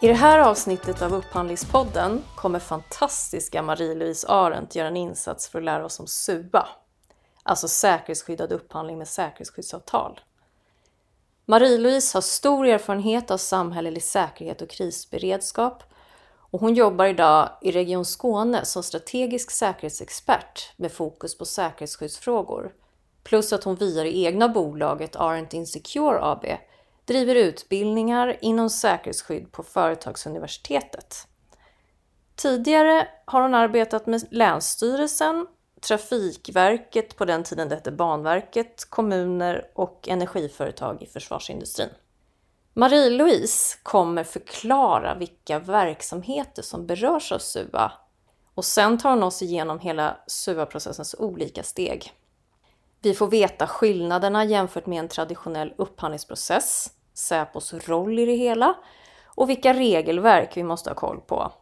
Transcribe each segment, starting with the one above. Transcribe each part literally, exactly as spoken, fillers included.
I det här avsnittet av Upphandlingspodden kommer fantastiska Marie-Louise Arendt göra en insats för att lära oss om S U A, alltså säkerhetsskyddad upphandling med säkerhetsskyddsavtal. Marie-Louise har stor erfarenhet av samhällelig säkerhet och krisberedskap och hon jobbar idag i Region Skåne som strategisk säkerhetsexpert med fokus på säkerhetsskyddsfrågor. Plus att hon via det egna bolaget Arendt Insecure A B driver utbildningar inom säkerhetsskydd på Företagsuniversitetet. Tidigare har hon arbetat med Länsstyrelsen, Trafikverket, på den tiden det hette Banverket, kommuner och energiföretag i försvarsindustrin. Marie-Louise kommer förklara vilka verksamheter som berörs av S U A och sen tar hon oss igenom hela S U A-processens olika steg. Vi får veta skillnaderna jämfört med en traditionell upphandlingsprocess, Säpos roll i det hela och vilka regelverk vi måste ha koll på.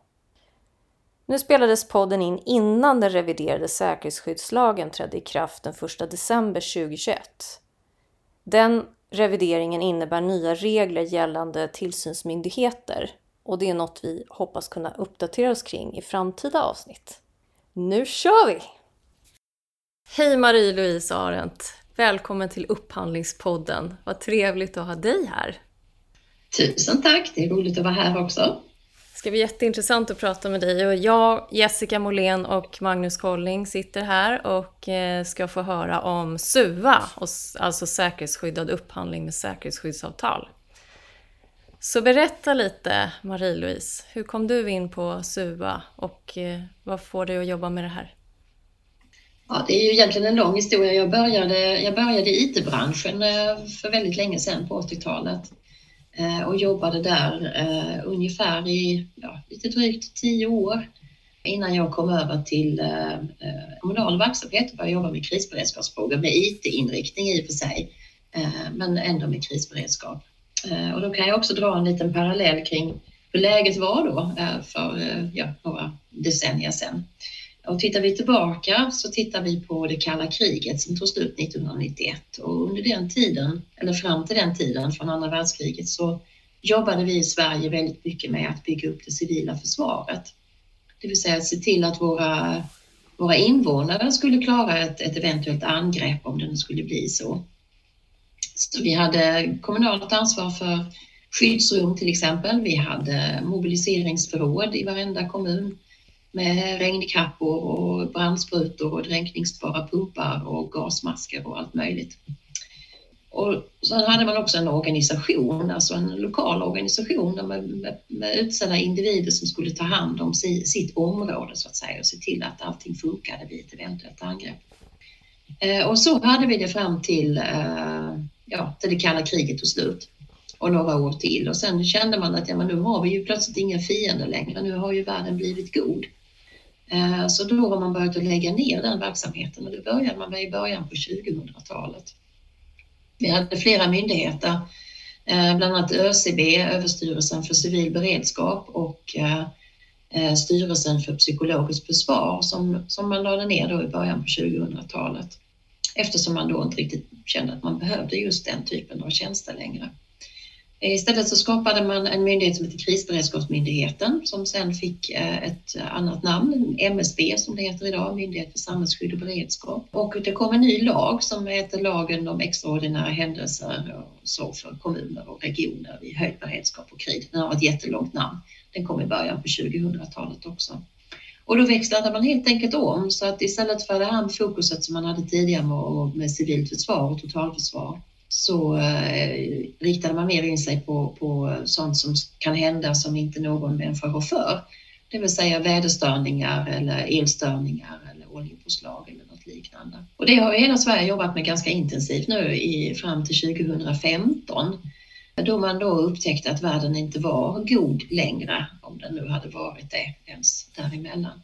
Nu spelades podden in innan den reviderade säkerhetsskyddslagen trädde i kraft den första december tjugohundratjugoett. Den revideringen innebär nya regler gällande tillsynsmyndigheter och det är något vi hoppas kunna uppdatera oss kring i framtida avsnitt. Nu kör vi! Hej Marie-Louise Arendt, välkommen till Upphandlingspodden. Vad trevligt att ha dig här. Tusen tack, det är roligt att vara här också. Det ska bli jätteintressant att prata med dig och jag, Jessica Molén och Magnus Colling sitter här och ska få höra om S U A, alltså säkerhetsskyddad upphandling med säkerhetsskyddsavtal. Så berätta lite Marie-Louise, hur kom du in på S U A och vad får dig att jobba med det här? Ja, det är ju egentligen en lång historia. Jag började, jag började i I T-branschen för väldigt länge sedan på åttiotalet och jobbade där uh, ungefär i ja, lite drygt tio år innan jag kom över till uh, kommunal verksamhet och började jobba med krisberedskapsfrågor med I T-inriktning i och för sig, uh, men ändå med krisberedskap. Uh, och då kan jag också dra en liten parallell kring hur läget var då uh, för uh, ja, några decennier sedan. Och tittar vi tillbaka så tittar vi på det kalla kriget som tog slut nittonhundranittioett och under den tiden, eller fram till den tiden från andra världskriget så jobbade vi i Sverige väldigt mycket med att bygga upp det civila försvaret. Det vill säga att se till att våra, våra invånare skulle klara ett, ett eventuellt angrepp om det skulle bli så. Så vi hade kommunalt ansvar för skyddsrum till exempel, vi hade mobiliseringsförråd i varenda kommun med regnkappor och brandsprutor och dränkningsbara pumpar och gasmasker och allt möjligt. Och sen hade man också en organisation, alltså en lokal organisation med, med, med utsedda individer som skulle ta hand om si, sitt område så att säga och se till att allting funkade vid ett eventuellt angrepp. Eh, och så hade vi det fram till, eh, ja, till det kalla kriget tog slut och några år till. Och sen kände man att ja, men nu har vi ju plötsligt inga fiender längre, nu har ju världen blivit god. Så då har man börjat att lägga ner den verksamheten och då började man i början på tjugohundratalet. Vi hade flera myndigheter, bland annat ÖCB, Överstyrelsen för civil beredskap och Styrelsen för psykologiskt försvar som, som man lade ner då i början på tjugohundratalet. Eftersom man då inte riktigt kände att man behövde just den typen av tjänster längre. Istället så skapade man en myndighet som heter Krisberedskapsmyndigheten som sen fick ett annat namn, M S B som det heter idag, Myndighet för samhällsskydd och beredskap. Och det kom en ny lag som heter lagen om extraordinära händelser och så för kommuner och regioner vid höjd beredskap och krig. Den har ett jättelångt namn. Den kom i början på tjugohundratalet också. Och då växlade man helt enkelt om så att istället för det här fokuset som man hade tidigare med, med civilt försvar och totalförsvar så eh, riktade man mer in sig på, på sånt som kan hända som inte någon människa har för. Det vill säga väderstörningar eller elstörningar eller oljepåslag eller något liknande. Och det har hela Sverige jobbat med ganska intensivt nu i, fram till tjugohundrafemton. Då man då upptäckte att världen inte var god längre, om den nu hade varit det ens däremellan.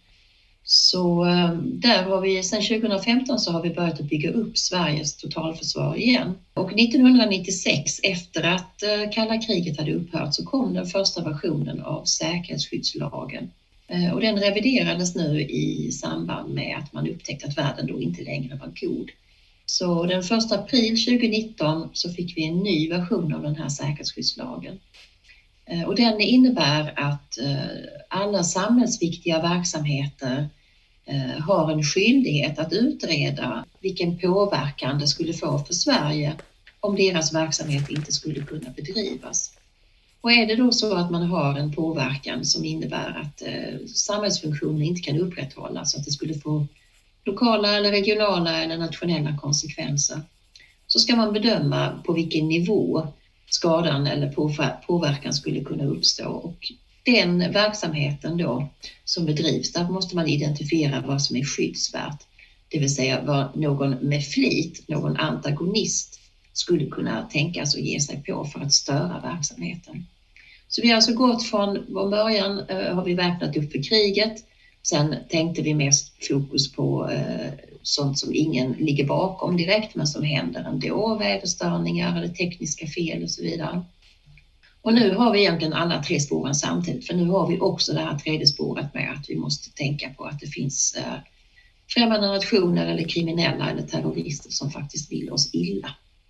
Så där har vi, sedan tjugohundrafemton så har vi börjat att bygga upp Sveriges totalförsvar igen. Och nittonhundranittiosex, efter att kalla kriget hade upphört, så kom den första versionen av säkerhetsskyddslagen. Och den reviderades nu i samband med att man upptäckte att världen då inte längre var god. Så den första april tjugonitton så fick vi en ny version av den här säkerhetsskyddslagen. Och den innebär att alla samhällsviktiga verksamheter har en skyldighet att utreda vilken påverkan det skulle få för Sverige om deras verksamhet inte skulle kunna bedrivas. Och är det då så att man har en påverkan som innebär att samhällsfunktioner inte kan upprätthållas, så att det skulle få lokala eller regionala eller nationella konsekvenser, så ska man bedöma på vilken nivå skadan eller påverkan skulle kunna uppstå. Och den verksamheten då som bedrivs, där måste man identifiera vad som är skyddsvärt. Det vill säga vad någon med flit, någon antagonist, skulle kunna tänkas och ge sig på för att störa verksamheten. Så vi har alltså gått från, från början eh, har vi väpnat upp för kriget. Sen tänkte vi mest fokus på eh, sånt som ingen ligger bakom direkt, men som händer ändå, väderstörningar eller tekniska fel och så vidare. Och nu har vi egentligen alla tre spåren samtidigt, för nu har vi också det här tredje spåret med att vi måste tänka på att det finns eh, främmande nationer eller kriminella eller terrorister som faktiskt vill oss illa.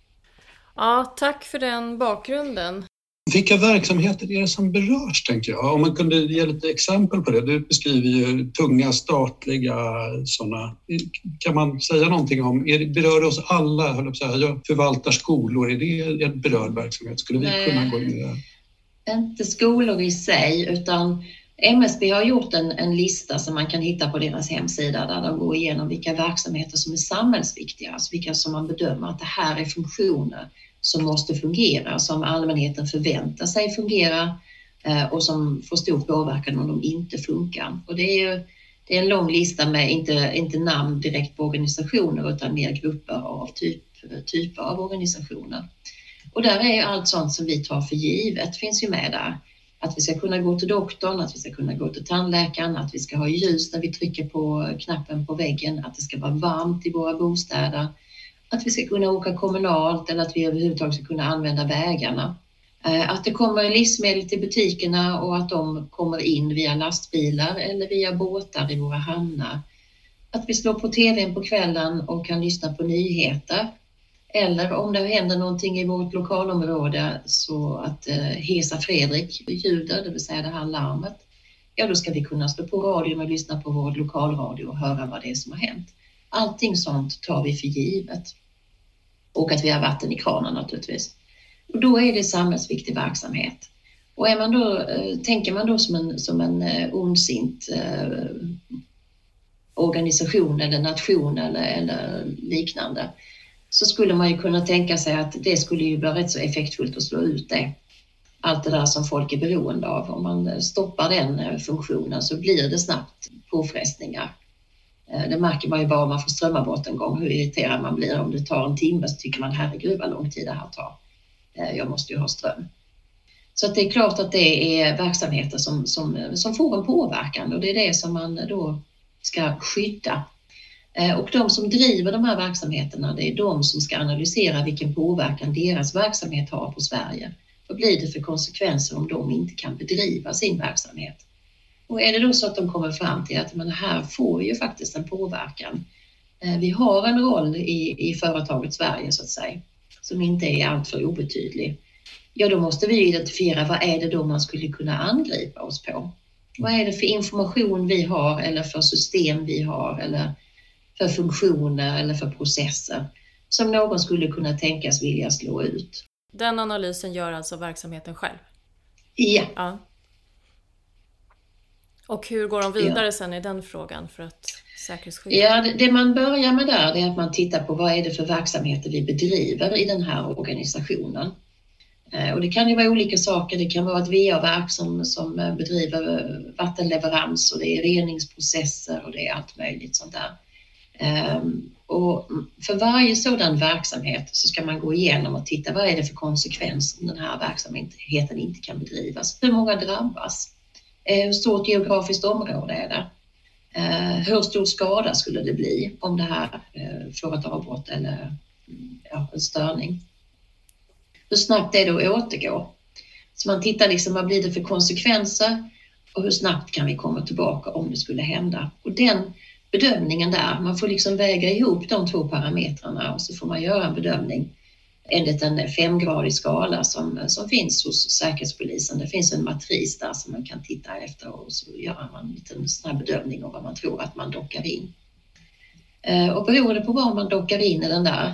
Ja, tack för den bakgrunden. Vilka verksamheter är det som berörs, tänker jag? Om man kunde ge lite exempel på det. Du beskriver ju tunga statliga sådana. Kan man säga någonting om, är det, berör det oss alla? Höll jag, säga, jag förvaltar skolor, är det en berörd verksamhet? Skulle vi Nej, kunna gå in i det? Inte skolor i sig, utan M S B har gjort en, en lista som man kan hitta på deras hemsida, där de går igenom vilka verksamheter som är samhällsviktiga, alltså vilka som man bedömer att det här är funktioner som måste fungera, som allmänheten förväntar sig fungera eh, och som får stor påverkan om de inte funkar. Och det är ju det är en lång lista med inte, inte namn direkt på organisationer, utan mer grupper av typ, typer av organisationer. Och där är allt sånt som vi tar för givet finns ju med där. Att vi ska kunna gå till doktorn, att vi ska kunna gå till tandläkaren, att vi ska ha ljus när vi trycker på knappen på väggen, att det ska vara varmt i våra bostäder, att vi ska kunna åka kommunalt eller att vi överhuvudtaget ska kunna använda vägarna. Att det kommer livsmedel till butikerna och att de kommer in via lastbilar eller via båtar i våra hamnar. Att vi slår på tvn på kvällen och kan lyssna på nyheter. Eller om det händer någonting i vårt lokalområde, så att eh, Hesa Fredrik ljuder, det vill säga det här larmet, ja då ska vi kunna slå på radion och lyssna på vår lokalradio och höra vad det är som har hänt. Allting sånt tar vi för givet. Och att vi har vatten i kranen naturligtvis. Och då är det samhällsviktig verksamhet. Och är man då, eh, tänker man då som en, som en eh, ondsint eh, organisation eller nation eller, eller liknande, så skulle man ju kunna tänka sig att det skulle ju vara rätt så effektfullt att slå ut det. Allt det där som folk är beroende av. Om man stoppar den funktionen så blir det snabbt påfrestningar. Det märker man ju bara om man får strömavbrott en gång, hur irriterad man blir. Om det tar en timme så tycker man, herregud vad lång tid det här tar. Jag måste ju ha ström. Så att det är klart att det är verksamheter som, som, som får en påverkan, och det är det som man då ska skydda. Och de som driver de här verksamheterna, det är de som ska analysera vilken påverkan deras verksamhet har på Sverige. Vad blir det för konsekvenser om de inte kan bedriva sin verksamhet? Och är det då så att de kommer fram till att man här får ju faktiskt en påverkan. Vi har en roll i, i företaget Sverige så att säga, som inte är alltför obetydlig. Ja, då måste vi identifiera vad är det då man skulle kunna angripa oss på. Vad är det för information vi har, eller för system vi har, eller för funktioner eller för processer som någon skulle kunna tänkas vilja slå ut. Den analysen gör alltså verksamheten själv? Ja. ja. Och hur går de vidare ja. sen i den frågan för att säkerhetsskydda? Ja, det, det man börjar med där är att man tittar på vad är det för verksamheter vi bedriver i den här organisationen. Eh, och det kan ju vara olika saker. Det kan vara ett V A-verk som, som bedriver vattenleverans, och det är reningsprocesser och det är allt möjligt sånt där. Um, och för varje sådan verksamhet så ska man gå igenom och titta vad är det för konsekvenser om den här verksamheten inte kan bedrivas. Hur många drabbas? Uh, hur stort geografiskt område är det? Uh, hur stor skada skulle det bli om det här uh, får ett avbrott eller ja, en störning? Hur snabbt är det att återgå? Så man tittar liksom, vad blir det för konsekvenser och hur snabbt kan vi komma tillbaka om det skulle hända? Och den bedömningen där, man får liksom väga ihop de två parametrarna och så får man göra en bedömning. enligt en femgradig skala som, som finns hos Säkerhetspolisen. Det finns en matris där som man kan titta efter och så gör man en liten sån här bedömning av vad man tror att man dockar in. Och beroende på vad man dockar in i den där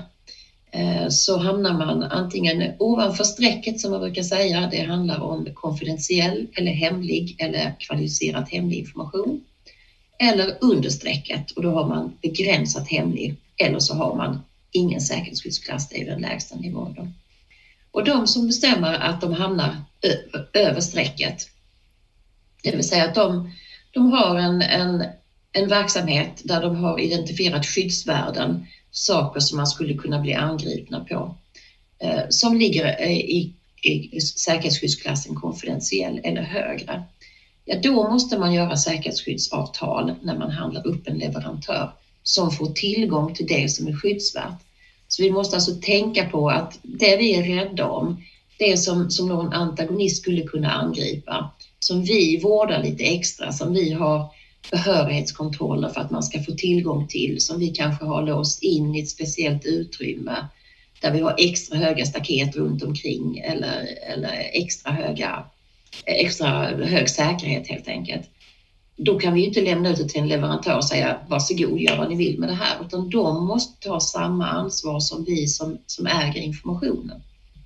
så hamnar man antingen ovanför strecket som man brukar säga, det handlar om konfidentiell eller hemlig eller kvalificerat hemlig information, eller under strecket och då har man begränsat hemlig eller så har man ingen säkerhetsskyddsklass, det är den lägsta nivån då. Och de som bestämmer att de hamnar ö- över strecket, det vill säga att de, de har en, en, en verksamhet där de har identifierat skyddsvärden, saker som man skulle kunna bli angripna på, eh, som ligger i, i säkerhetsskyddsklassen konfidentiell eller högre. Ja, då måste man göra säkerhetsskyddsavtal när man handlar upp en leverantör som får tillgång till det som är skyddsvärt. Så vi måste alltså tänka på att det vi är rädda om, det som, som någon antagonist skulle kunna angripa, som vi vårdar lite extra, som vi har behörighetskontroller för att man ska få tillgång till, som vi kanske har låst in i ett speciellt utrymme där vi har extra höga staket runt omkring eller, eller extra, höga, extra hög säkerhet helt enkelt. Då kan vi ju inte lämna ut det till en leverantör och säga varsågod, gör vad ni vill med det här, utan de måste ta samma ansvar som vi som, som äger informationen.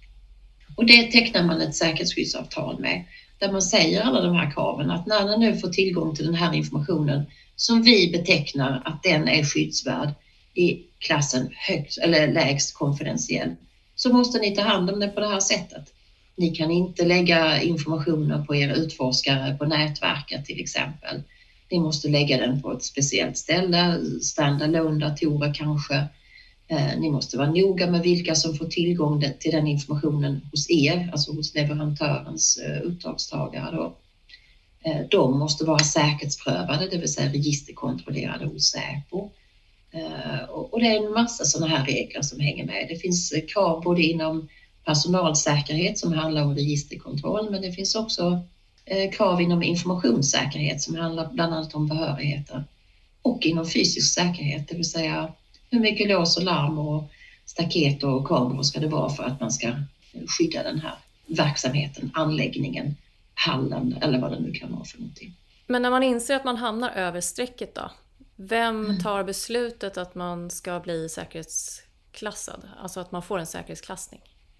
Och det tecknar man ett säkerhetsskyddsavtal med, där man säger alla de här kraven att när man nu får tillgång till den här informationen som vi betecknar att den är skyddsvärd i klassen högst eller lägst konfidentiell, så måste ni ta hand om det på det här sättet. Ni kan inte lägga informationen på er utforskare på nätverket till exempel. Ni måste lägga den på ett speciellt ställe, standalone-datorer kanske. Eh, ni måste vara noga med vilka som får tillgång till den informationen hos er, alltså hos leverantörens eh, uppdragstagare då. Eh, de måste vara säkerhetsprövade, det vill säga registerkontrollerade hos Säpo. Eh, och, och det är en massa sådana här regler som hänger med. Det finns eh, krav både inom personalsäkerhet som handlar om registerkontroll, men det finns också eh, krav inom informationssäkerhet som handlar bland annat om behörigheter, och inom fysisk säkerhet, det vill säga hur mycket lås och larm och staket och kameror ska det vara för att man ska skydda den här verksamheten, anläggningen, hallen eller vad det nu kan vara för någonting. Men när man inser att man hamnar över strecket då, vem tar beslutet att man ska bli säkerhetsklassad, alltså att man får en säkerhetsklassning?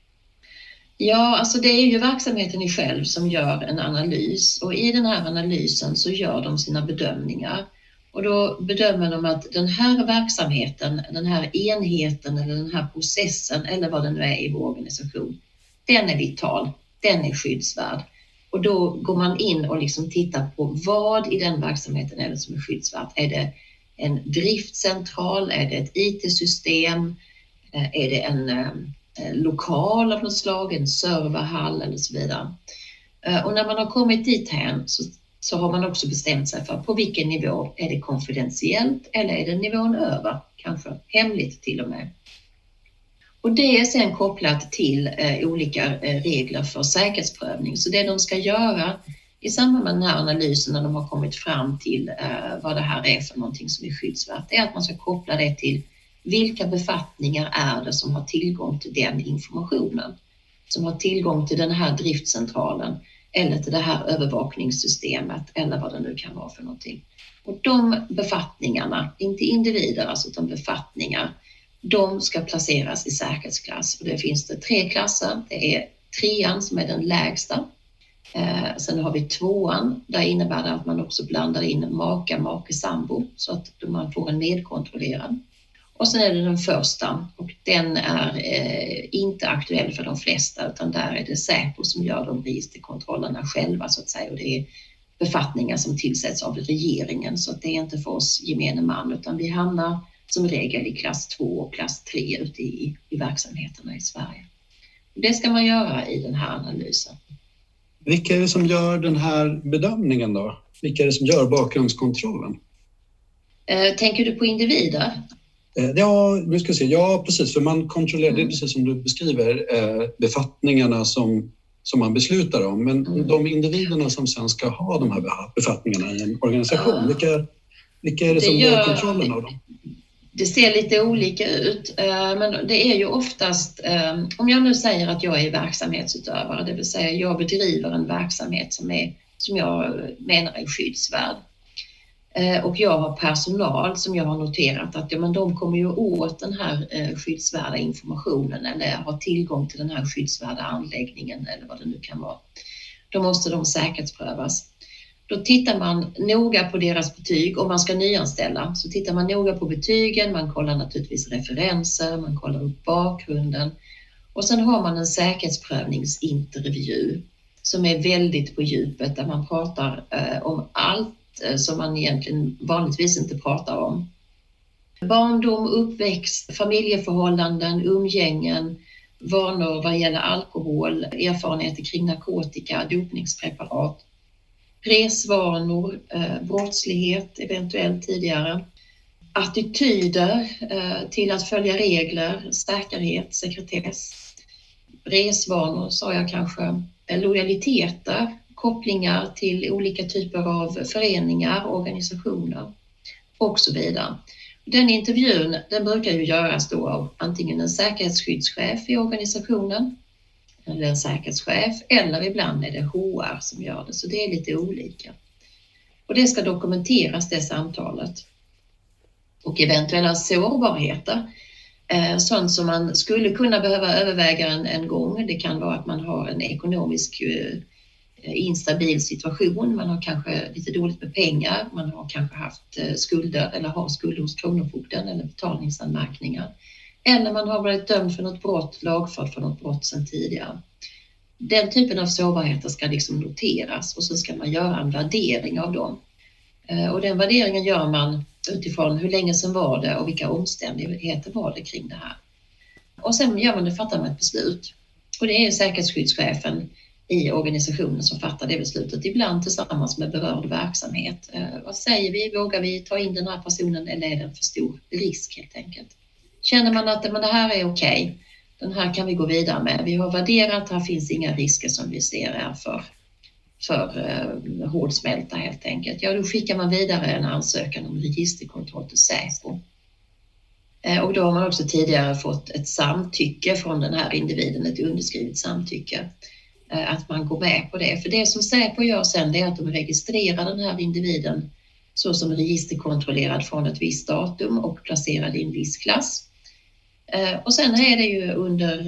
Ja, alltså det är ju verksamheten i själv som gör en analys, och i den här analysen så gör de sina bedömningar. Och då bedömer de att den här verksamheten, den här enheten eller den här processen eller vad det nu är i vår organisation, den är vital, den är skyddsvärd. Och då går man in och liksom tittar på vad i den verksamheten är det som är skyddsvärt. Är det en driftcentral, är det ett I T-system, är det en lokal av något slag, en serverhall eller så vidare. Och när man har kommit dit här så, så har man också bestämt sig för på vilken nivå är det konfidentiellt eller är det nivån över, kanske hemligt till och med. Och det är sen kopplat till eh, olika eh, regler för säkerhetsprövning. Så det de ska göra i samband med den här analysen när de har kommit fram till eh, vad det här är för någonting som är skyddsvärt, är att man ska koppla det till vilka befattningar är det som har tillgång till den informationen, som har tillgång till den här driftcentralen eller till det här övervakningssystemet eller vad det nu kan vara för någonting. Och de befattningarna, inte individer alltså, utan befattningar, de ska placeras i säkerhetsklass. Och det finns det tre klasser. Det är trean som är den lägsta. Eh, sen har vi tvåan, där innebär det att man också blandar in maka, make, sambo så att man får en medkontrollerad. Och sen är det den första, och den är eh, inte aktuell för de flesta, utan där är det Säpo som gör de registerkontrollerna själva så att säga, och det är befattningar som tillsätts av regeringen, så att det är inte för oss gemene man, utan vi hamnar som regel i klass två och klass tre ute i, i verksamheterna i Sverige. Det ska man göra i den här analysen. Vilka är det som gör den här bedömningen då? Vilka är det som gör bakgrundskontrollen? Eh, tänker du på individer? Ja, nu ska jag se. Ja, precis. För man kontrollerar, mm. det är precis som du beskriver, eh, befattningarna som, som man beslutar om. Men mm. de individerna som sen ska ha de här befattningarna i en organisation, uh, vilka, vilka är det som gör kontrollen av dem? Det ser lite olika ut, men det är ju oftast, om jag nu säger att jag är verksamhetsutövare, det vill säga jag bedriver en verksamhet som, är, som jag menar är skyddsvärd. Och jag har personal som jag har noterat att ja, men de kommer ju åt den här skyddsvärda informationen eller har tillgång till den här skyddsvärda anläggningen eller vad det nu kan vara. Då måste de säkerhetsprövas. Då tittar man noga på deras betyg. Om man ska nyanställa så tittar man noga på betygen. Man kollar naturligtvis referenser, man kollar upp bakgrunden. Och sen har man en säkerhetsprövningsintervju som är väldigt på djupet där man pratar eh, om allt eh, som man egentligen vanligtvis inte pratar om. Barndom, uppväxt, familjeförhållanden, umgängen, vanor vad gäller alkohol, erfarenheter kring narkotika, dopningspreparat. Resvanor, eh, brottslighet eventuellt tidigare, attityder eh, till att följa regler, säkerhet, sekretess, resvanor sa jag kanske, lojaliteter, kopplingar till olika typer av föreningar, organisationer och så vidare. Den intervjun den brukar ju göras då av antingen en säkerhetsskyddschef i organisationen eller en säkerhetschef, eller ibland är det H R som gör det, så det är lite olika. Och det ska dokumenteras det samtalet. Och eventuella sårbarheter, eh, sånt som man skulle kunna behöva överväga en, en gång. Det kan vara att man har en ekonomisk eh, instabil situation, man har kanske lite dåligt med pengar, man har kanske haft eh, skulder eller har skulder hos kronofogden eller betalningsanmärkningar. Eller man har varit dömd för något brott, lagförd för något brott sedan tidigare. Den typen av sårbarheter ska liksom noteras och så ska man göra en värdering av dem. Och den värderingen gör man utifrån hur länge sedan var det och vilka omständigheter var det kring det här. Och sen gör man det, fattar man ett beslut. Och det är säkerhetsskyddschefen i organisationen som fattar det beslutet, ibland tillsammans med berörd verksamhet. Vad säger vi? Vågar vi ta in den här personen eller är det en för stor risk helt enkelt? Känner man att men det här är okej, den här kan vi gå vidare med. Vi har värderat, här finns inga risker som vi ser är för, för eh, hårdsmälta helt enkelt. Ja, då skickar man vidare en ansökan om registerkontroll till Säpo. Eh, och då har man också tidigare fått ett samtycke från den här individen, ett underskrivet samtycke. Eh, att man går med på det. För det som Säpo gör sen det är att de registrerar den här individen så som registerkontrollerad från ett visst datum och placerad i en viss klass. Och sen är det ju under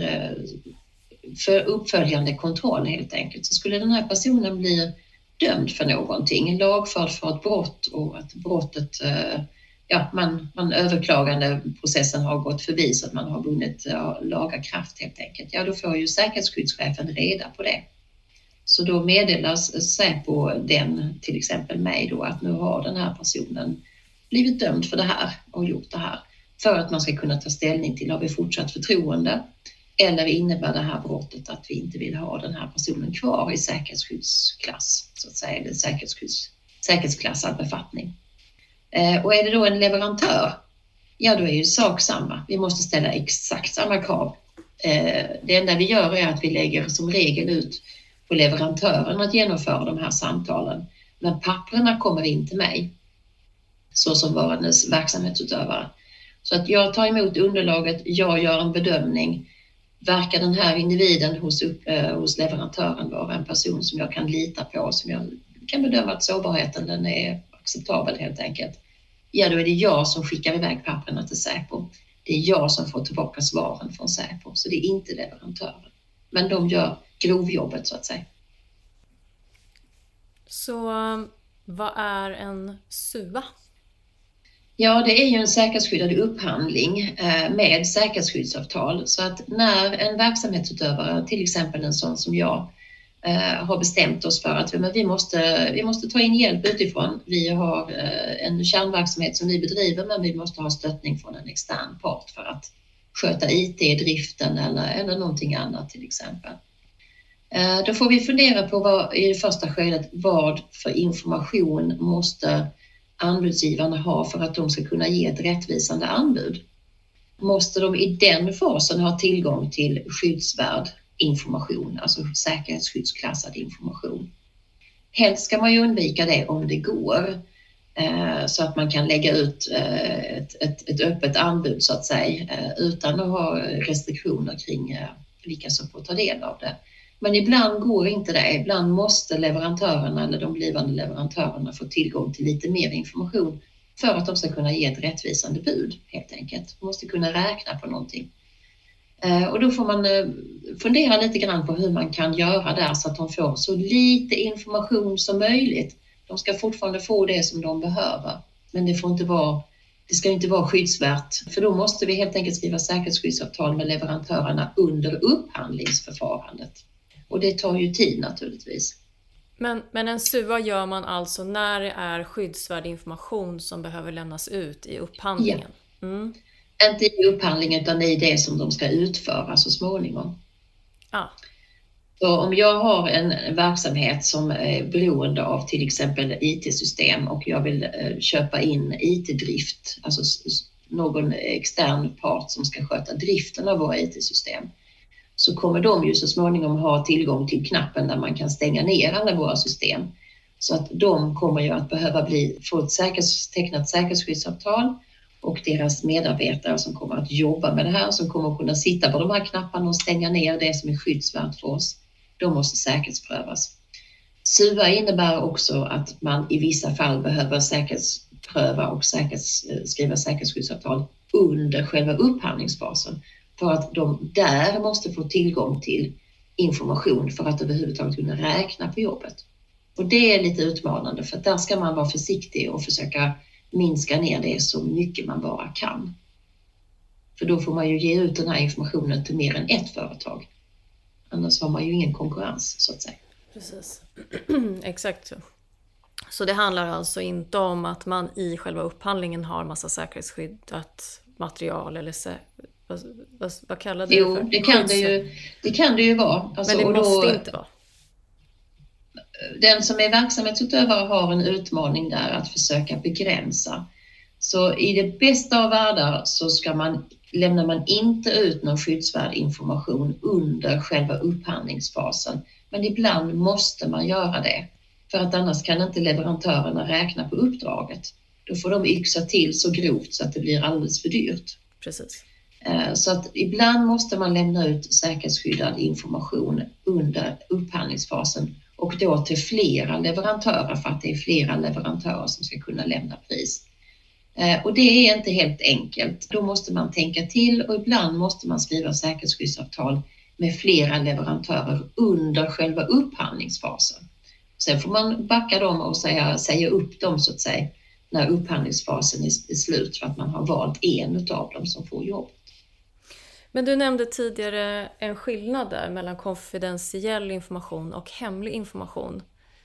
för uppföljande kontroll helt enkelt. Så skulle den här personen bli dömd för någonting, lagförd för ett brott och att brottet, ja, man, man överklagande processen har gått förbi så att man har vunnit ja, laga kraft helt enkelt. Ja, då får ju säkerhetsskyddschefen reda på det. Så då meddelas Säpo den, till exempel mig då, att nu har den här personen blivit dömd för det här och gjort det här. För att man ska kunna ta ställning till, har vi fortsatt förtroende eller innebär det här brottet att vi inte vill ha den här personen kvar i säkerhetsskyddsklass, så att säga, eller säkerhetsskydds, säkerhetsklassad befattning. Eh, och är det då en leverantör, ja då är ju sak samma. Vi måste ställa exakt samma krav. Eh, det enda vi gör är att vi lägger som regel ut på leverantören att genomföra de här samtalen. Men papperna kommer in till mig så som varandes verksamhetsutövare. Så att jag tar emot underlaget, jag gör en bedömning. Verkar den här individen hos, eh, hos leverantören vara en person som jag kan lita på, som jag kan bedöma att sårbarheten den är acceptabel helt enkelt. Ja, då är det jag som skickar iväg papperna till Säpo. Det är jag som får tillbaka svaren från Säpo, så det är inte leverantören. Men de gör grovjobbet så att säga. Så vad är en S U A? Ja, det är ju en säkerhetsskyddad upphandling med säkerhetsskyddsavtal. Så att när en verksamhetsutövare, till exempel en sån som jag, har bestämt oss för att vi måste, vi måste ta in hjälp utifrån. Vi har en kärnverksamhet som vi bedriver, men vi måste ha stöttning från en extern part för att sköta I T-driften eller, eller någonting annat till exempel. Då får vi fundera på vad, i det första skedet, vad för information måste anbudsgivarna ha för att de ska kunna ge ett rättvisande anbud. Måste de i den fasen ha tillgång till skyddsvärd information, alltså säkerhetsskyddsklassad information? Helst ska man ju undvika det om det går. så att man kan lägga ut ett, ett, ett öppet anbud så att säga utan att ha restriktioner kring vilka som får ta del av det. Men ibland går inte det. Ibland måste leverantörerna eller de blivande leverantörerna få tillgång till lite mer information för att de ska kunna ge ett rättvisande bud helt enkelt. De måste kunna räkna på någonting. Och då får man fundera lite grann på hur man kan göra där så att de får så lite information som möjligt. De ska fortfarande få det som de behöver, men det får inte vara, det ska inte vara skyddsvärt. För då måste vi helt enkelt skriva säkerhetsskyddsavtal med leverantörerna under upphandlingsförfarandet. Och det tar ju tid naturligtvis. Men, men en S U A gör man alltså när det är skyddsvärd information som behöver lämnas ut i upphandlingen? Ja. Mm. Inte i upphandlingen utan i det som de ska utföra så småningom. Ah. Så om jag har en verksamhet som är beroende av till exempel I T-system och jag vill köpa in I T-drift, alltså någon extern part som ska sköta driften av våra I T-system, så kommer de ju så småningom ha tillgång till knappen där man kan stänga ner alla våra system. Så att de kommer ju att behöva bli, få ett säkerhets, tecknat säkerhetsskyddsavtal, och deras medarbetare som kommer att jobba med det här, som kommer att kunna sitta på de här knapparna och stänga ner det som är skyddsvärt för oss, de måste säkerhetsprövas. S U A innebär också att man i vissa fall behöver säkerhetspröva och säkerhets, skriva säkerhetsskyddsavtal under själva upphandlingsfasen, för att de där måste få tillgång till information för att överhuvudtaget kunna räkna på jobbet. Och det är lite utmanande, för att där ska man vara försiktig och försöka minska ner det så mycket man bara kan. För då får man ju ge ut den här informationen till mer än ett företag. Annars har man ju ingen konkurrens så att säga. Precis, exakt. Så det handlar alltså inte om att man i själva upphandlingen har massa säkerhetsskyddat material eller sä- vad, vad, vad kallar det jo, för? Jo, det kan det ju, det kan det ju vara. Alltså, men det och då, måste inte vara. Den som är verksamhetsutövare har en utmaning där att försöka begränsa. Så i det bästa av världar så ska man, lämnar man inte ut någon skyddsvärd information under själva upphandlingsfasen. Men ibland måste man göra det. För att annars kan inte leverantörerna räkna på uppdraget. Då får de yxa till så grovt så att det blir alldeles för dyrt. Precis. Så att ibland måste man lämna ut säkerhetsskyddad information under upphandlingsfasen. Och då till flera leverantörer, för att det är flera leverantörer som ska kunna lämna pris. Och det är inte helt enkelt. Då måste man tänka till, och ibland måste man skriva säkerhetsskyddsavtal med flera leverantörer under själva upphandlingsfasen. Sen får man backa dem och säga, säga upp dem så att säga när upphandlingsfasen är slut, för att man har valt en av dem som får jobb. Men du nämnde tidigare en skillnad där mellan konfidentiell information och hemlig information.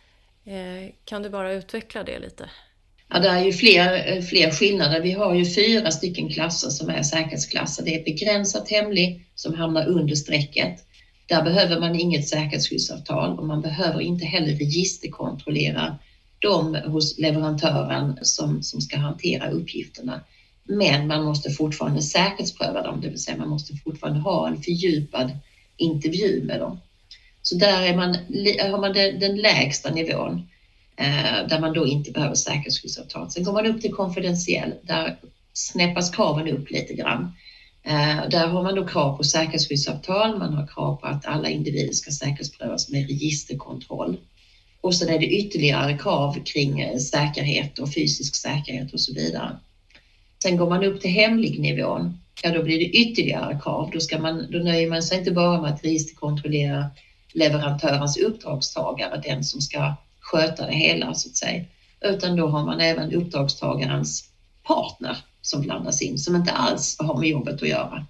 Eh, kan du bara utveckla det lite? Ja, det är ju fler, fler skillnader. Vi har ju fyra stycken klasser som är säkerhetsklasser. Det är begränsat hemlig som hamnar under strecket. Där behöver man inget säkerhetsskyddsavtal, och man behöver inte heller registerkontrollera de hos leverantören som, som ska hantera uppgifterna. Men man måste fortfarande säkerhetspröva dem, det vill säga man måste fortfarande ha en fördjupad intervju med dem. Så där är man, har man den, den lägsta nivån eh, där man då inte behöver säkerhetsskyddsavtal. Sen går man upp till konfidentiell, där snäppas kraven upp lite grann. Eh, där har man då krav på säkerhetsskyddsavtal, man har krav på att alla individer ska säkerhetsprövas med registerkontroll. Och så är det ytterligare krav kring säkerhet och fysisk säkerhet och så vidare. Sen går man upp till hemlig nivån, ja då blir det ytterligare krav. Då, ska man, då nöjer man sig inte bara med att registerkontrollera leverantörens uppdragstagare, den som ska sköta det hela så att säga. Utan då har man även uppdragstagarens partner som blandas in, som inte alls har med jobbet att göra.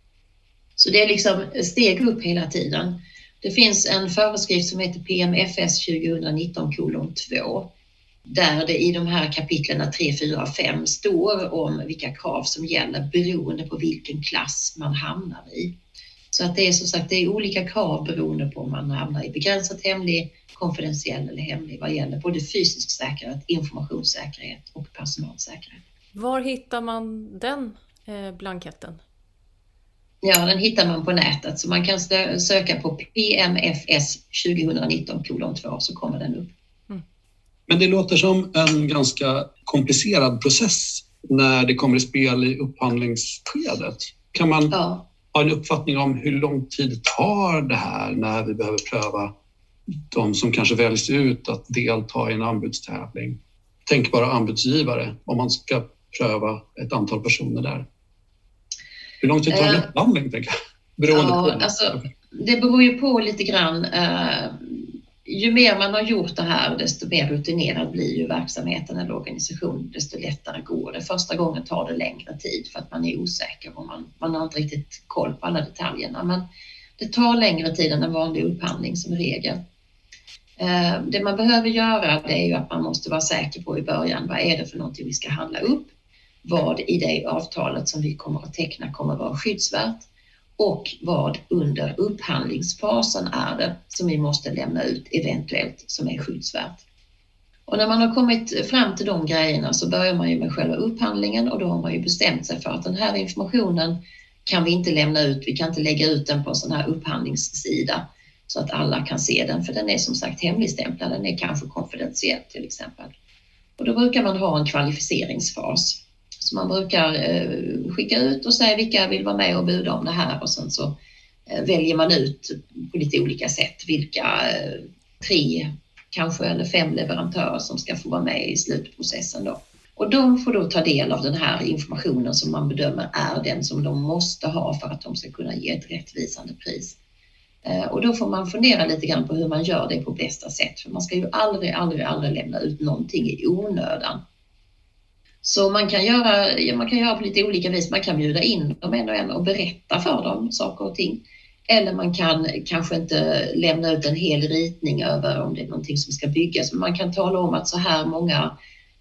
Så det är liksom steg upp hela tiden. Det finns en föreskrift som heter P M F S tjugonitton kolon två. Där det i de här kapitlerna tre, fyra och fem står om vilka krav som gäller beroende på vilken klass man hamnar i. Så att det är som sagt det är olika krav beroende på om man hamnar i begränsat hemlig, konfidentiell eller hemlig vad gäller både fysisk säkerhet, informationssäkerhet och personalsäkerhet. Var hittar man den eh, blanketten? Ja, den hittar man på nätet, så man kan söka på P M F S tjugonitton kolon två så kommer den upp. Men det låter som en ganska komplicerad process när det kommer i spel i upphandlingsskedet. Kan man ja. ha en uppfattning om hur lång tid tar det här när vi behöver pröva de som kanske väljs ut att delta i en anbudstävling? Tänk bara anbudsgivare om man ska pröva ett antal personer där. Hur lång tid tar en uh, upphandling, tänker jag? Beroende ja, på. Alltså, det beror ju på lite grann. Uh, ju mer man har gjort det här, desto mer rutinerad blir ju verksamheten eller organisationen, desto lättare går det. Första gången tar det längre tid för att man är osäker och man, man har inte riktigt koll på alla detaljerna. Men det tar längre tid än en vanlig upphandling som regel. Uh, det man behöver göra, det är ju att man måste vara säker på i början, vad är det för någonting vi ska handla upp? Vad i det avtalet som vi kommer att teckna kommer att vara skyddsvärt och vad under upphandlingsfasen är det som vi måste lämna ut eventuellt som är skyddsvärt. Och när man har kommit fram till de grejerna så börjar man ju med själva upphandlingen och då har man ju bestämt sig för att den här informationen kan vi inte lämna ut, vi kan inte lägga ut den på en sån här upphandlingssida så att alla kan se den, för den är som sagt hemligstämplad, den är kanske konfidentiell till exempel. Och då brukar man ha en kvalificeringsfas. Så man brukar eh, skicka ut och säga vilka vill vara med och buda om det här och sen så eh, väljer man ut på lite olika sätt vilka eh, tre kanske eller fem leverantörer som ska få vara med i slutprocessen då. Och de får då ta del av den här informationen som man bedömer är den som de måste ha för att de ska kunna ge ett rättvisande pris. Eh, och då får man fundera lite grann på hur man gör det på bästa sätt, för man ska ju aldrig, aldrig, aldrig lämna ut någonting i onödan. Så man kan, göra, ja, man kan göra på lite olika vis. Man kan bjuda in dem en och en och berätta för dem saker och ting. Eller man kan kanske inte lämna ut en hel ritning över om det är någonting som ska byggas. Men man kan tala om att så här många,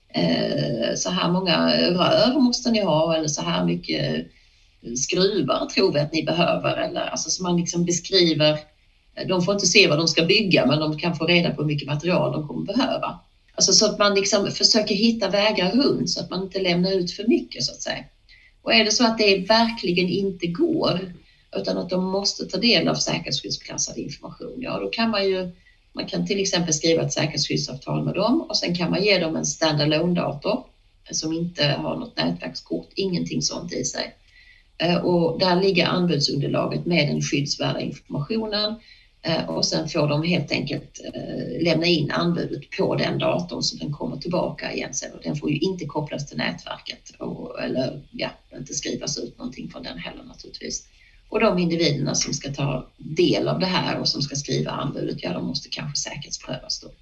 eh, så här många rör måste ni ha eller så här mycket skruvar tror vi att ni behöver. Eller, alltså, så man liksom beskriver, de får inte se vad de ska bygga men de kan få reda på hur mycket material de kommer behöva. Alltså så att man liksom försöker hitta vägar runt så att man inte lämnar ut för mycket så att säga. Och är det så att det verkligen inte går utan att de måste ta del av säkerhetsskyddsklassad information, ja då kan man ju, man kan till exempel skriva ett säkerhetsskyddsavtal med dem och sen kan man ge dem en standalone-dator som inte har något nätverkskort, ingenting sånt i sig. Och där ligger anbudsunderlaget med den skyddsvärda informationen. Och sen får de helt enkelt eh, lämna in anbudet på den datorn så den kommer tillbaka igen sen. Och den får ju inte kopplas till nätverket och, eller ja, inte skrivas ut någonting från den heller naturligtvis. Och de individerna som ska ta del av det här och som ska skriva anbudet, ja de måste kanske säkerhetsprövas då.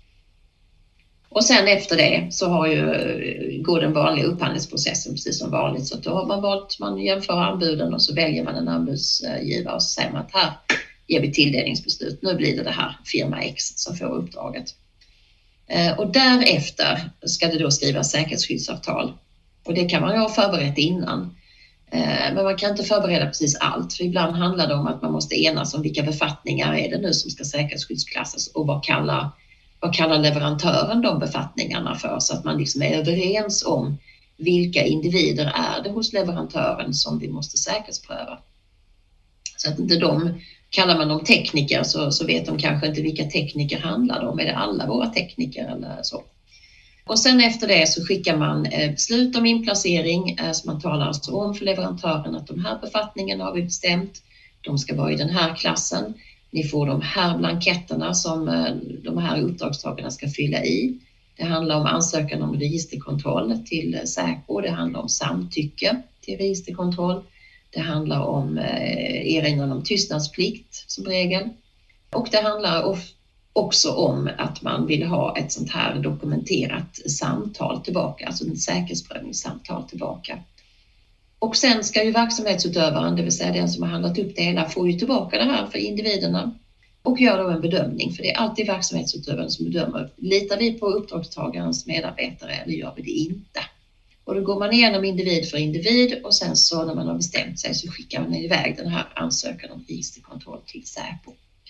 Och sen efter det så har ju, går den vanliga upphandlingsprocessen precis som vanligt. Så då har man valt, man jämför anbuden och så väljer man en anbudsgivare och så säger man att här ger vi tilldelningsbeslut. Nu blir det det här firma X som får uppdraget. Eh, och därefter ska det då skrivas säkerhetsskyddsavtal. Och det kan man ju ha förberett innan. Eh, men man kan inte förbereda precis allt. För ibland handlar det om att man måste enas om vilka befattningar är det nu som ska säkerhetsskyddsklassas och vad kallar, vad kallar leverantören de befattningarna för. Så att man liksom är överens om vilka individer är det hos leverantören som vi måste säkerhetspröva. Så att inte de, kallar man dem tekniker så, så vet de kanske inte vilka tekniker handlar det om. Är det alla våra tekniker eller så? Och sen efter det så skickar man beslut om inplacering. Så man talar alltså om för leverantören att de här befattningarna har vi bestämt. De ska vara i den här klassen. Ni får de här blanketterna som de här uppdragstagarna ska fylla i. Det handlar om ansökan om registerkontroll till Säpo. Det handlar om samtycke till registerkontroll. Det handlar om eh, erinran om tystnadsplikt som regel. Och det handlar också om att man vill ha ett sånt här dokumenterat samtal tillbaka, alltså en säkerhetsprövningssamtal tillbaka. Och sen ska ju verksamhetsutövaren, det vill säga den som har handlat upp det hela, få ju tillbaka det här för individerna och gör då en bedömning. För det är alltid verksamhetsutövaren som bedömer, litar vi på uppdragstagarens medarbetare eller gör vi det inte? Och då går man igenom individ för individ och sen så när man har bestämt sig så skickar man iväg den här ansökan om registerkontroll till Säpo.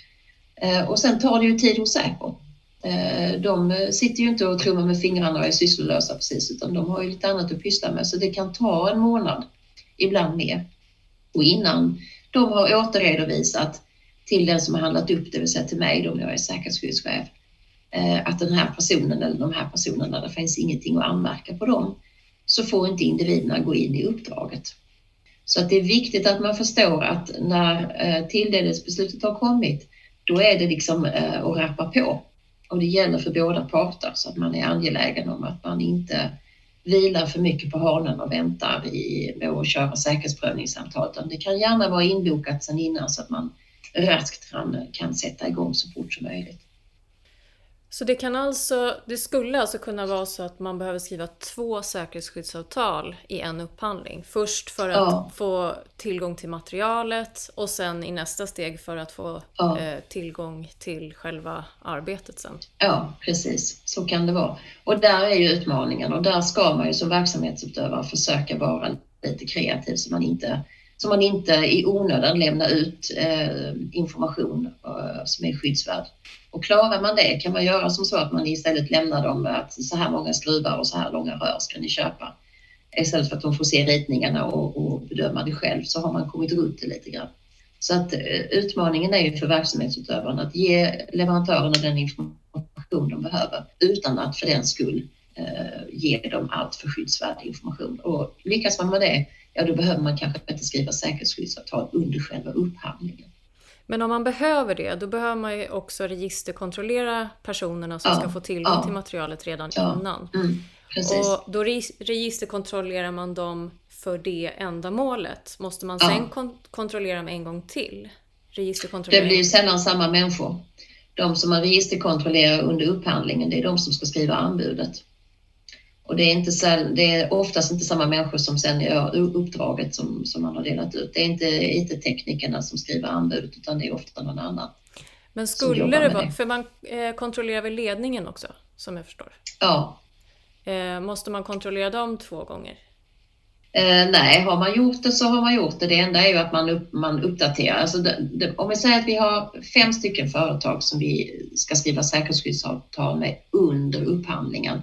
Eh, och sen tar det ju tid hos Säpo. Eh, de sitter ju inte och trummar med fingrarna och är sysslolösa precis, utan de har ju lite annat att pyssla med, så det kan ta en månad, ibland mer. Och innan de har återredovisat till den som har handlat upp, det vill säga till mig då, när jag är säkerhetsskyddschef, att den här personen eller de här personerna, det finns ingenting att anmärka på dem, så får inte individerna gå in i uppdraget. Så att det är viktigt att man förstår att när tilldelningsbeslutet har kommit, då är det liksom att rappa på. Och det gäller för båda parter, så att man är angelägen om att man inte vilar för mycket på hanen och väntar i, med att köra säkerhetsprövningssamtal. Det kan gärna vara inbokat sedan innan så att man raskt kan, kan sätta igång så fort som möjligt. Så det kan alltså, det skulle alltså kunna vara så att man behöver skriva två säkerhetsskyddsavtal i en upphandling. Först för att ja. få tillgång till materialet och sen i nästa steg för att få ja. eh, tillgång till själva arbetet sen. Ja, precis. Så kan det vara. Och där är ju utmaningen, och där ska man ju som verksamhetsutövare försöka vara lite kreativ så man inte, så man inte i onödan lämnar ut eh, information eh, som är skyddsvärd. Och klarar man det kan man göra som så att man istället lämnar dem att så här många skruvar och så här långa rör ska ni köpa. Istället för att de får se ritningarna och, och bedöma det själv, så har man kommit runt det lite grann. Så att utmaningen är ju för verksamhetsutövaren att ge leverantörerna den information de behöver utan att för den skull eh, ge dem allt för skyddsvärd information. Och lyckas man med det, ja då behöver man kanske inte skriva säkerhetsskyddsavtal under själva upphandlingen. Men om man behöver det, då behöver man ju också registerkontrollera personerna som ja, ska få tillgång ja, till materialet redan ja, innan. Mm, och då registerkontrollerar man dem för det ändamålet. Måste man sen ja. kon- kontrollera dem en gång till? Det blir ju sällan samma människor. De som man registerkontrollerar under upphandlingen, det är de som ska skriva anbudet. Och det är, inte så, det är oftast inte samma människor som sen gör uppdraget som, som man har delat ut. Det är inte I T-teknikerna som skriver anbudet, utan det är ofta någon annan. Men skulle det vara, för man eh, kontrollerar väl ledningen också, som jag förstår? Ja. Eh, måste man kontrollera dem två gånger? Eh, nej, har man gjort det så har man gjort det. Det enda är ju att man, upp, man uppdaterar. Alltså det, det, om vi säger att vi har fem stycken företag som vi ska skriva säkerhetsskyddsavtal med under upphandlingen,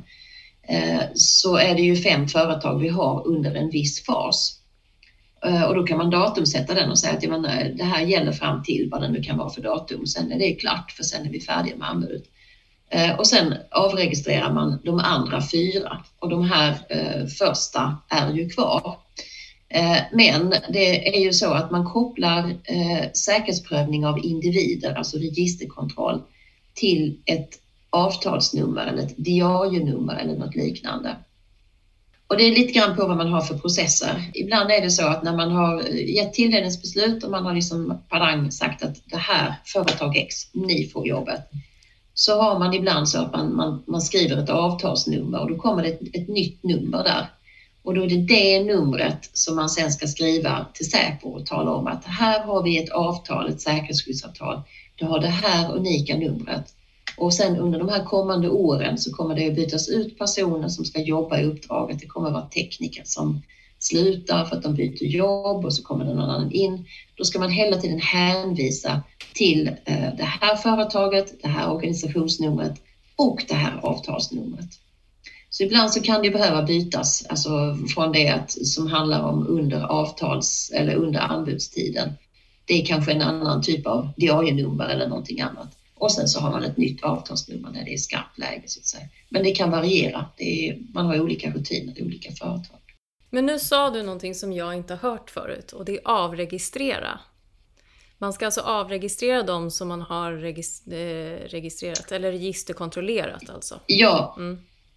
så är det ju fem företag vi har under en viss fas. Och då kan man datumsätta den och säga att jag menar, det här gäller fram till vad det nu kan vara för datum. Sen är det klart, för sen är vi färdiga med anbudet. Och sen avregistrerar man de andra fyra. Och de här eh, första är ju kvar. Eh, men det är ju så att man kopplar eh, säkerhetsprövning av individer, alltså registerkontroll, till ett avtalsnummer eller ett diarienummer eller något liknande. Och det är lite grann på vad man har för processer. Ibland är det så att när man har gett tilldelningsbeslut och man har liksom padang sagt att det här företag X, ni får jobbet, så har man ibland så att man, man, man skriver ett avtalsnummer och då kommer det ett, ett nytt nummer där. Och då är det det numret som man sen ska skriva till Säpo och tala om att här har vi ett avtal, ett säkerhetsskyddsavtal. Du har det här unika numret. Och sen under de här kommande åren så kommer det att bytas ut personer som ska jobba i uppdraget. Det kommer att vara tekniker som slutar för att de byter jobb och så kommer det någon annan in. Då ska man hela tiden hänvisa till eh, det här företaget, det här organisationsnumret och det här avtalsnumret. Så ibland så kan det behöva bytas, alltså från det att, som handlar om under avtals eller under anbudstiden. Det är kanske en annan typ av diarienummer eller någonting annat. Och sen så har man ett nytt avtalsnummer när det är skarpt läge så att säga. Men det kan variera. Det är, man har olika rutiner i olika företag. Men nu sa du någonting som jag inte har hört förut och det är avregistrera. Man ska alltså avregistrera dem som man har registrerat eller registerkontrollerat alltså? Ja. Mm.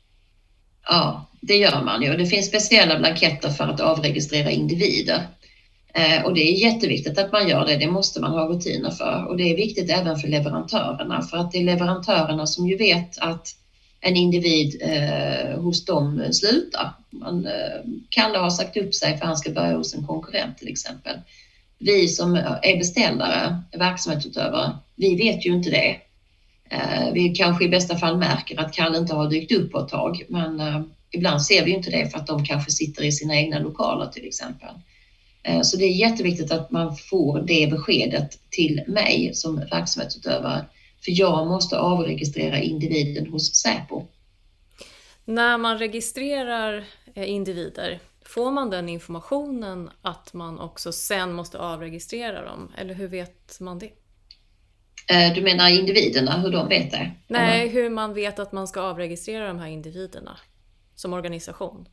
Ja, det gör man ju. Det finns speciella blanketter för att avregistrera individer. Eh, och det är jätteviktigt att man gör det, det måste man ha rutiner för. Och det är viktigt även för leverantörerna, för att det är leverantörerna som ju vet att en individ eh, hos dem slutar. Man eh, kan ha sagt upp sig för han ska börja hos en konkurrent till exempel. Vi som är beställare, verksamhetsutövare, vi vet ju inte det. Eh, vi kanske i bästa fall märker att Kalle inte har dykt upp på ett tag, men eh, ibland ser vi inte det för att de kanske sitter i sina egna lokaler till exempel. Så det är jätteviktigt att man får det beskedet till mig som verksamhetsutövare. För jag måste avregistrera individen hos Säpo. När man registrerar individer, får man den informationen att man också sen måste avregistrera dem? Eller hur vet man det? Du menar individerna, hur de vet det? Nej, eller? hur man vet att man ska avregistrera de här individerna som organisation.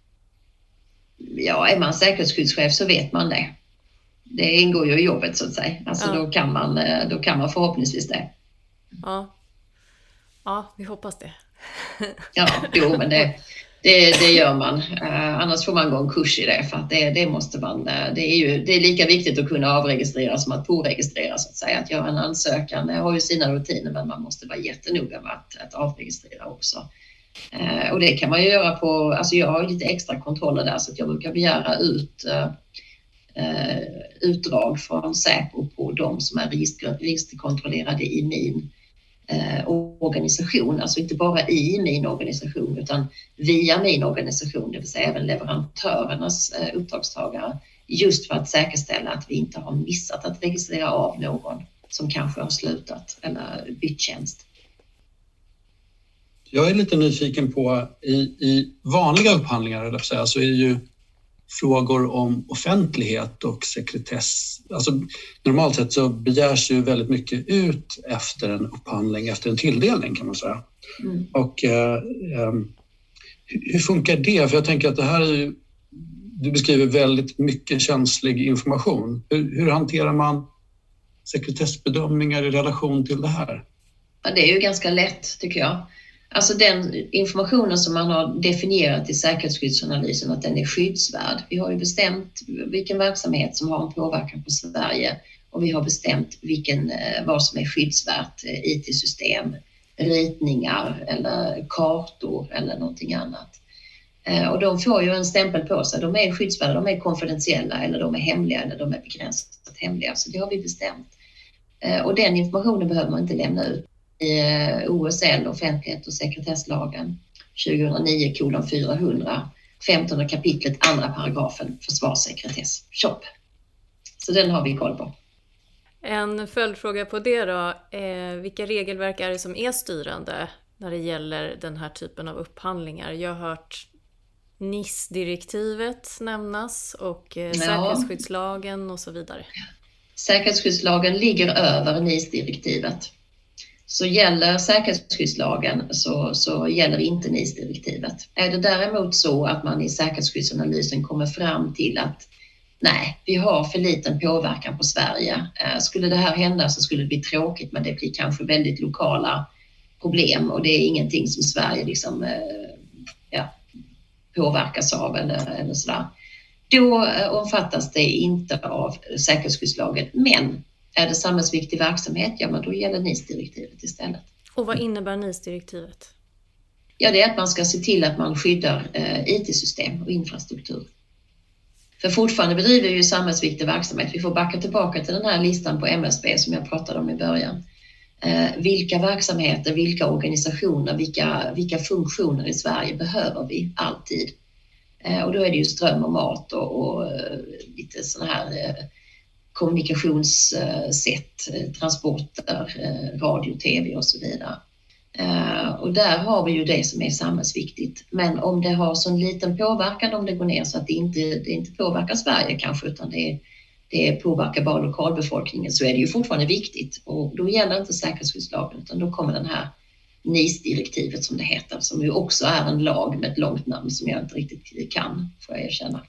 Ja, är man säkerhetsskyddschef så vet man det. Det ingår ju i jobbet så att säga. Alltså Ja. då, kan man, då kan man förhoppningsvis det. Ja, ja vi hoppas det. Ja, jo men det, det, det gör man. Uh, annars får man gå en kurs i det för att det, det måste man. Det är ju det är lika viktigt att kunna avregistrera som att påregistrera så att säga. Att göra en ansökan det har ju sina rutiner men man måste vara jättenoga med att, att avregistrera också. Uh, och det kan man ju göra på, alltså jag har lite extra kontroller där så att jag brukar begära ut uh, uh, utdrag från Säpo på de som är register, registerkontrollerade i min Eh, organisation, alltså inte bara i min organisation utan via min organisation, det vill säga även leverantörernas eh, uppdragstagare, just för att säkerställa att vi inte har missat att registrera av någon som kanske har slutat eller bytt tjänst. Jag är lite nyfiken på, i, i vanliga upphandlingar eller så, så är det ju frågor om offentlighet och sekretess. Alltså, normalt sett så begärs ju väldigt mycket ut efter en upphandling, efter en tilldelning kan man säga. Mm. Och eh, eh, hur funkar det? För jag tänker att det här är ju, du beskriver väldigt mycket känslig information. Hur, hur hanterar man sekretessbedömningar i relation till det här? Ja, det är ju ganska lätt tycker jag. Alltså den informationen som man har definierat i säkerhetsskyddsanalysen att den är skyddsvärd. Vi har ju bestämt vilken verksamhet som har en påverkan på Sverige och vi har bestämt vilken, vad som är skyddsvärt, I T-system, ritningar eller kartor eller någonting annat. Och de får ju en stämpel på sig. De är skyddsvärda, de är konfidentiella eller de är hemliga eller de är begränsat hemliga. Så det har vi bestämt. Och den informationen behöver man inte lämna ut. I O S L, offentlighet och sekretesslagen, tjugohundranio kolon fyrahundra, femtonde kapitlet, andra paragrafen, försvarssekretess, shop. Så den har vi koll på. En följdfråga på det då, eh, vilka regelverk är det som är styrande när det gäller den här typen av upphandlingar? Jag har hört N I S-direktivet nämnas och eh, ja. säkerhetsskyddslagen och så vidare. Säkerhetsskyddslagen ligger över N I S-direktivet. Så gäller säkerhetsskyddslagen så, så gäller inte N I S-direktivet. Är det däremot så att man i säkerhetsskyddsanalysen kommer fram till att nej, vi har för liten påverkan på Sverige. Skulle det här hända så skulle det bli tråkigt men det blir kanske väldigt lokala problem och det är ingenting som Sverige liksom, ja, påverkas av eller, eller sådär. Då omfattas det inte av säkerhetsskyddslagen men är det samhällsviktig verksamhet, ja men då gäller N I S-direktivet istället. Och vad innebär N I S-direktivet? Ja, det är att man ska se till att man skyddar eh, I T-system och infrastruktur. För fortfarande bedriver ju samhällsviktig verksamhet. Vi får backa tillbaka till den här listan på M S B som jag pratade om i början. Eh, vilka verksamheter, vilka organisationer, vilka, vilka funktioner i Sverige behöver vi alltid? Eh, och då är det ju ström och mat och, och lite sådana här eh, kommunikationssätt, transporter, radio, tv och så vidare. Och där har vi ju det som är samhällsviktigt. Men om det har så liten påverkan om det går ner så att det inte, det inte påverkar Sverige kanske utan det, det påverkar bara lokalbefolkningen så är det ju fortfarande viktigt. Och då gäller inte säkerhetsskyddslagen utan då kommer den här N I S-direktivet som det heter som ju också är en lag med ett långt namn som jag inte riktigt kan, får jag erkänna.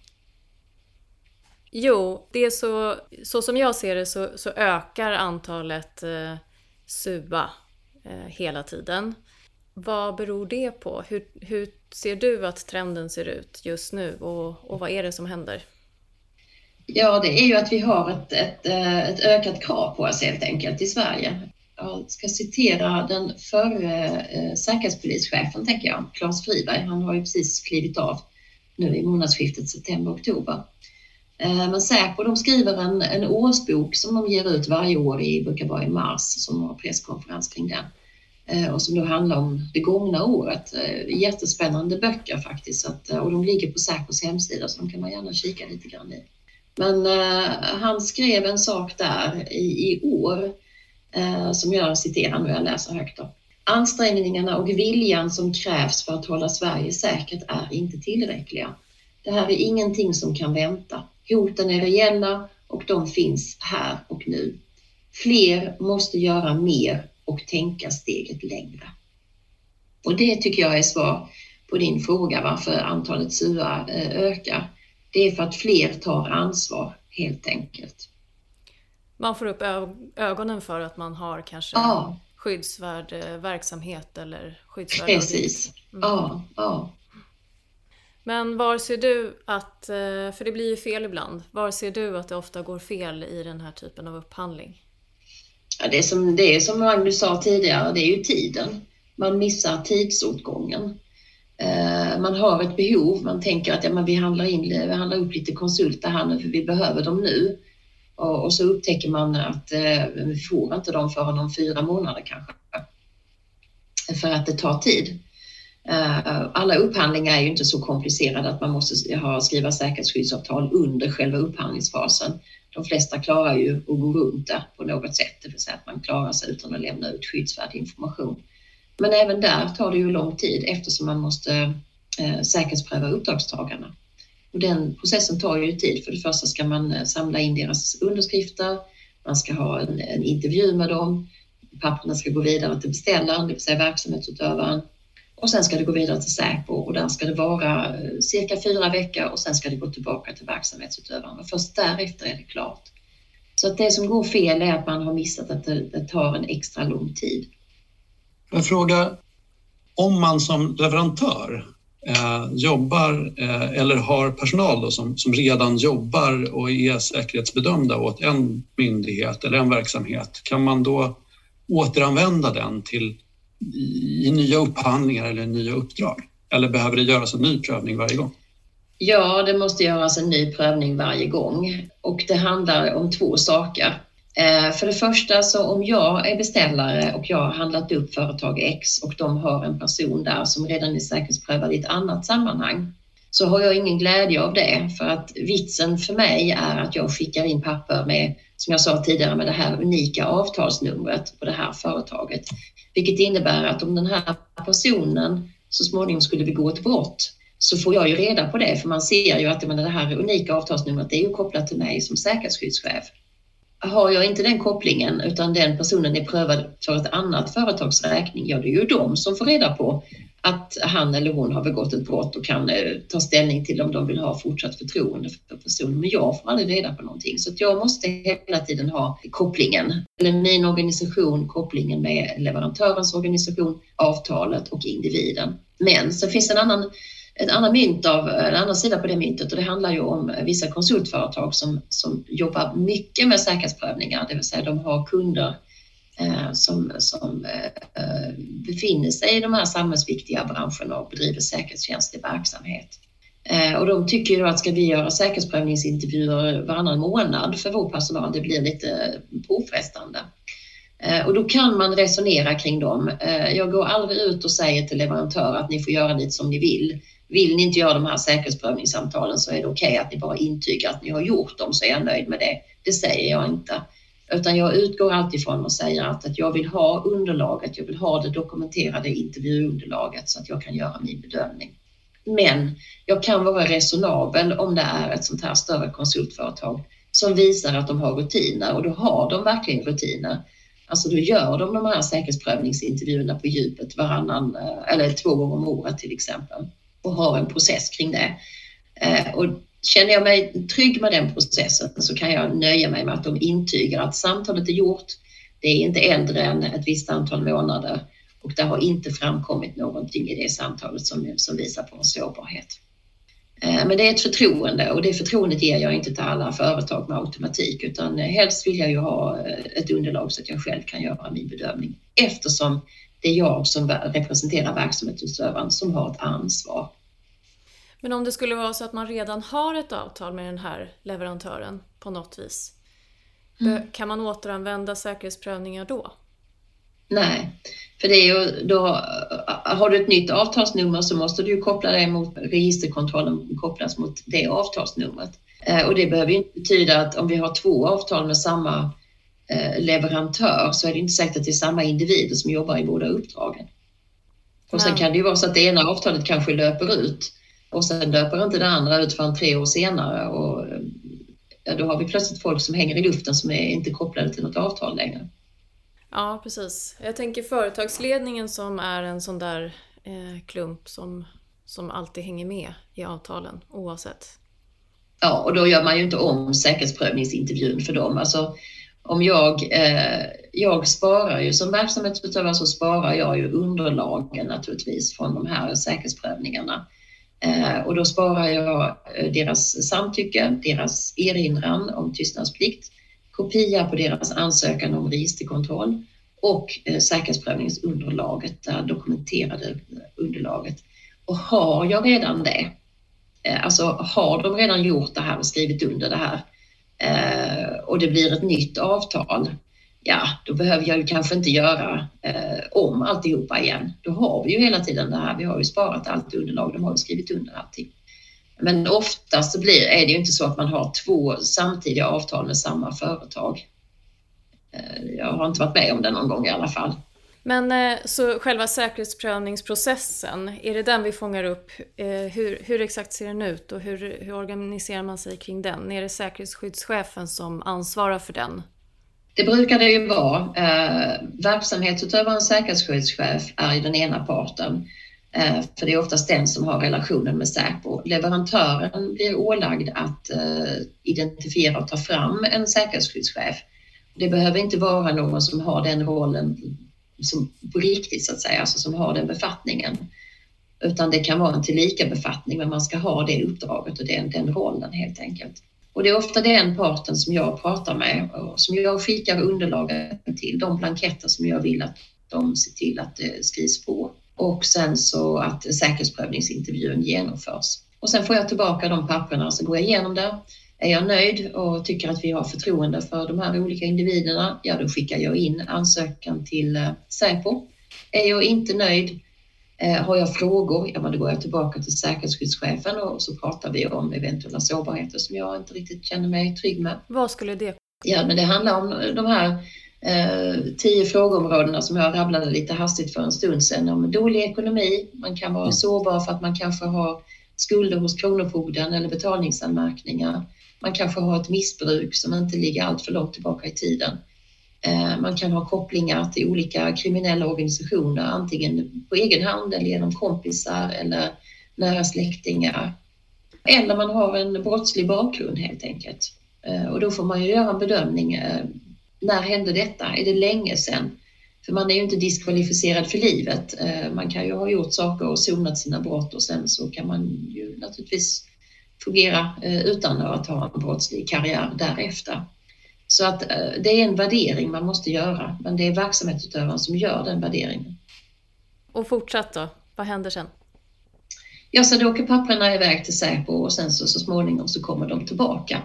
Jo, det är så, så som jag ser det så, så ökar antalet eh, S U A eh, hela tiden. Vad beror det på? Hur, hur ser du att trenden ser ut just nu och, och vad är det som händer? Ja, det är ju att vi har ett, ett, ett ökat krav på oss helt enkelt i Sverige. Jag ska citera den förre eh, säkerhetspolischefen, tänker jag, Claes Friberg. Han har ju precis klivit av nu i månadsskiftet september-oktober. Men Säpo, de skriver en, en årsbok som de ger ut varje år i, brukar vara i mars, som har presskonferens kring den. Och som då handlar om det gångna året. Jättespännande böcker faktiskt. Att, och de ligger på Säpos hemsida så de kan man gärna kika lite grann i. Men uh, han skrev en sak där i, i år uh, som jag citerar nu, jag läser högt då. Ansträngningarna och viljan som krävs för att hålla Sverige säkert är inte tillräckliga. Det här är ingenting som kan vänta. Hoten är reella och de finns här och nu. Fler måste göra mer och tänka steget längre. Och det tycker jag är svar på din fråga varför antalet S U A ökar. Det är för att fler tar ansvar helt enkelt. Man får upp ögonen för att man har kanske ja. skyddsvärd verksamhet eller skyddsvärd Precis, mm. ja, ja. Men var ser du att, för det blir ju fel ibland, var ser du att det ofta går fel i den här typen av upphandling? Ja, det, är som, det är som Magnus sa tidigare, det är ju tiden. Man missar tidsåtgången. Man har ett behov, man tänker att ja, men vi, handlar in, vi handlar upp lite konsulter här nu för vi behöver dem nu. Och, och så upptäcker man att eh, vi får inte dem förrän om fyra månader kanske. För att det tar tid. Uh, alla upphandlingar är ju inte så komplicerade att man måste ha, skriva säkerhetsskyddsavtal under själva upphandlingsfasen. De flesta klarar ju att gå runt det på något sätt, det vill säga att man klarar sig utan att lämna ut skyddsvärd information. Men även där tar det ju lång tid eftersom man måste uh, säkerhetspröva uppdragstagarna. Och den processen tar ju tid. För det första ska man samla in deras underskrifter, man ska ha en, en intervju med dem, papperna ska gå vidare till beställaren, det vill säga verksamhetsutövaren. Och sen ska det gå vidare till Säpo och där ska det vara cirka fyra veckor och sen ska det gå tillbaka till verksamhetsutövaren. Och först därefter är det klart. Så att det som går fel är att man har missat att det, det tar en extra lång tid. Jag frågar, om man som leverantör eh, jobbar eh, eller har personal då, som, som redan jobbar och är säkerhetsbedömda åt en myndighet eller en verksamhet, kan man då återanvända den till i, i nya upphandlingar eller nya uppdrag? Eller behöver det göras en ny prövning varje gång? Ja, det måste göras en ny prövning varje gång och det handlar om två saker. Eh, för det första, så om jag är beställare och jag har handlat upp företag X och de har en person där som redan är säkerhetsprövad i ett annat sammanhang, så har jag ingen glädje av det, för att vitsen för mig är att jag skickar in papper med, som jag sa tidigare, med det här unika avtalsnumret på det här företaget. Vilket innebär att om den här personen så småningom skulle begå ett brott, så får jag ju reda på det, för man ser ju att det här unika avtalsnumret är ju kopplat till mig som säkerhetsskyddschef. Har jag inte den kopplingen utan den personen är prövad för ett annat företags räkning, ja, det är ju de som får reda på att han eller hon har begått ett brott och kan eh, ta ställning till om de vill ha fortsatt förtroende för personen. Men jag får aldrig reda på någonting, så att jag måste hela tiden ha kopplingen, eller min organisation, kopplingen med leverantörens organisation, avtalet och individen. Men så finns en annan Ett annan mynt av, en annan sida på det myntet, och det handlar ju om vissa konsultföretag som, som jobbar mycket med säkerhetsprövningar, det vill säga de har kunder eh, som, som eh, befinner sig i de här samhällsviktiga branscherna och bedriver säkerhetskänslig verksamhet. Eh, och de tycker ju att ska vi göra säkerhetsprövningsintervjuer varannan månad för vår personal, det blir lite påfrestande. Eh, och då kan man resonera kring dem. Eh, jag går aldrig ut och säger till leverantör att ni får göra lite som ni vill. Vill ni inte göra de här säkerhetsprövningssamtalen så är det okej att ni bara intygar att ni har gjort dem, så är jag nöjd med det. Det säger jag inte. Utan jag utgår alltid från och säger att, att jag vill ha underlaget, jag vill ha det dokumenterade intervjuunderlaget så att jag kan göra min bedömning. Men jag kan vara resonabel om det är ett sånt här större konsultföretag som visar att de har rutiner, och då har de verkligen rutiner. Alltså då gör de de här säkerhetsprövningsintervjuerna på djupet varannan eller två gånger om året till exempel, och har en process kring det. Eh, och känner jag mig trygg med den processen så kan jag nöja mig med att de intygar att samtalet är gjort. Det är inte äldre än ett visst antal månader och det har inte framkommit någonting i det samtalet som, som visar på en sårbarhet. Eh, men det är ett förtroende, och det förtroendet ger jag inte till alla företag med automatik, utan helst vill jag ju ha ett underlag så att jag själv kan göra min bedömning, eftersom det är jag som representerar verksamhetsutövaren som har ett ansvar. Men om det skulle vara så att man redan har ett avtal med den här leverantören på något vis, mm. kan man återanvända säkerhetsprövningar då? Nej, för det är ju då, har du ett nytt avtalsnummer så måste du ju koppla det mot registerkontrollen, kopplas mot det avtalsnumret. Och det behöver ju inte betyda att om vi har två avtal med samma leverantör så är det inte säkert att det är samma individer som jobbar i båda uppdragen. Och sen kan det ju vara så att det ena avtalet kanske löper ut och sen löper inte det andra ut förrän tre år senare. Och ja, då har vi plötsligt folk som hänger i luften som är inte kopplade till något avtal längre. Ja, precis. Jag tänker företagsledningen som är en sån där eh, klump som, som alltid hänger med i avtalen oavsett. Ja, och då gör man ju inte om säkerhetsprövningsintervjun för dem. Alltså, om jag, eh, jag sparar ju som verksamhetsutövare så sparar jag ju underlagen naturligtvis från de här säkerhetsprövningarna. Eh, och då sparar jag deras samtycke, deras erinran om tystnadsplikt, kopia på deras ansökan om registerkontroll och eh, säkerhetsprövningsunderlaget, det dokumenterade underlaget. Och har jag redan det, eh, alltså har de redan gjort det här och skrivit under det här eh, och det blir ett nytt avtal, ja då behöver jag ju kanske inte göra eh, om alltihopa igen. Då har vi ju hela tiden det här, vi har ju sparat allt underlag, de har ju skrivit under allting. Men oftast så blir, är det ju inte så att man har två samtidiga avtal med samma företag. Jag har inte varit med om det någon gång i alla fall. Men så själva säkerhetsprövningsprocessen, är det den vi fångar upp? Hur, hur exakt ser den ut och hur, hur organiserar man sig kring den? Är det säkerhetsskyddschefen som ansvarar för den? Det brukar det ju vara. Verksamhetsutövarens säkerhetsskyddschef är ju den ena parten. För det är oftast den som har relationen med Säpo. Leverantören blir ålagd att identifiera och ta fram en säkerhetsskyddschef. Det behöver inte vara någon som har den rollen som på riktigt så att säga, alltså som har den befattningen. Utan det kan vara en tillika befattning, men man ska ha det uppdraget och den, den rollen helt enkelt. Och det är ofta den parten som jag pratar med och som jag skickar underlaget till, de blanketter som jag vill att de ser till att det skrivs på. Och sen så att säkerhetsprövningsintervjun genomförs. Och sen får jag tillbaka de papperna, så går jag igenom det. Är jag nöjd och tycker att vi har förtroende för de här olika individerna, ja då skickar jag in ansökan till eh, Säpo. Är jag inte nöjd, eh, har jag frågor, ja men då går jag tillbaka till säkerhetsskyddschefen och så pratar vi om eventuella sårbarheter som jag inte riktigt känner mig trygg med. Vad skulle det? Ja, men det handlar om de här eh, tio frågeområdena som jag rabblade lite hastigt för en stund sedan. Om dålig ekonomi, man kan vara sårbar för att man kanske har skulder hos kronofogden eller betalningsanmärkningar. Man kanske har ett missbruk som inte ligger allt för långt tillbaka i tiden. Man kan ha kopplingar till olika kriminella organisationer, antingen på egen hand eller genom kompisar eller nära släktingar. Eller man har en brottslig bakgrund helt enkelt. Och då får man ju göra en bedömning. När hände detta? Är det länge sedan? För man är ju inte diskvalificerad för livet. Man kan ju ha gjort saker och sonat sina brott och sen så kan man ju naturligtvis fungera utan att ha en brottslig karriär därefter. Så att det är en värdering man måste göra, men det är verksamhetsutövaren som gör den värderingen. Och fortsatt då? Vad händer sen? Ja, så då åker papperna iväg till Säpo och sen så, så småningom så kommer de tillbaka.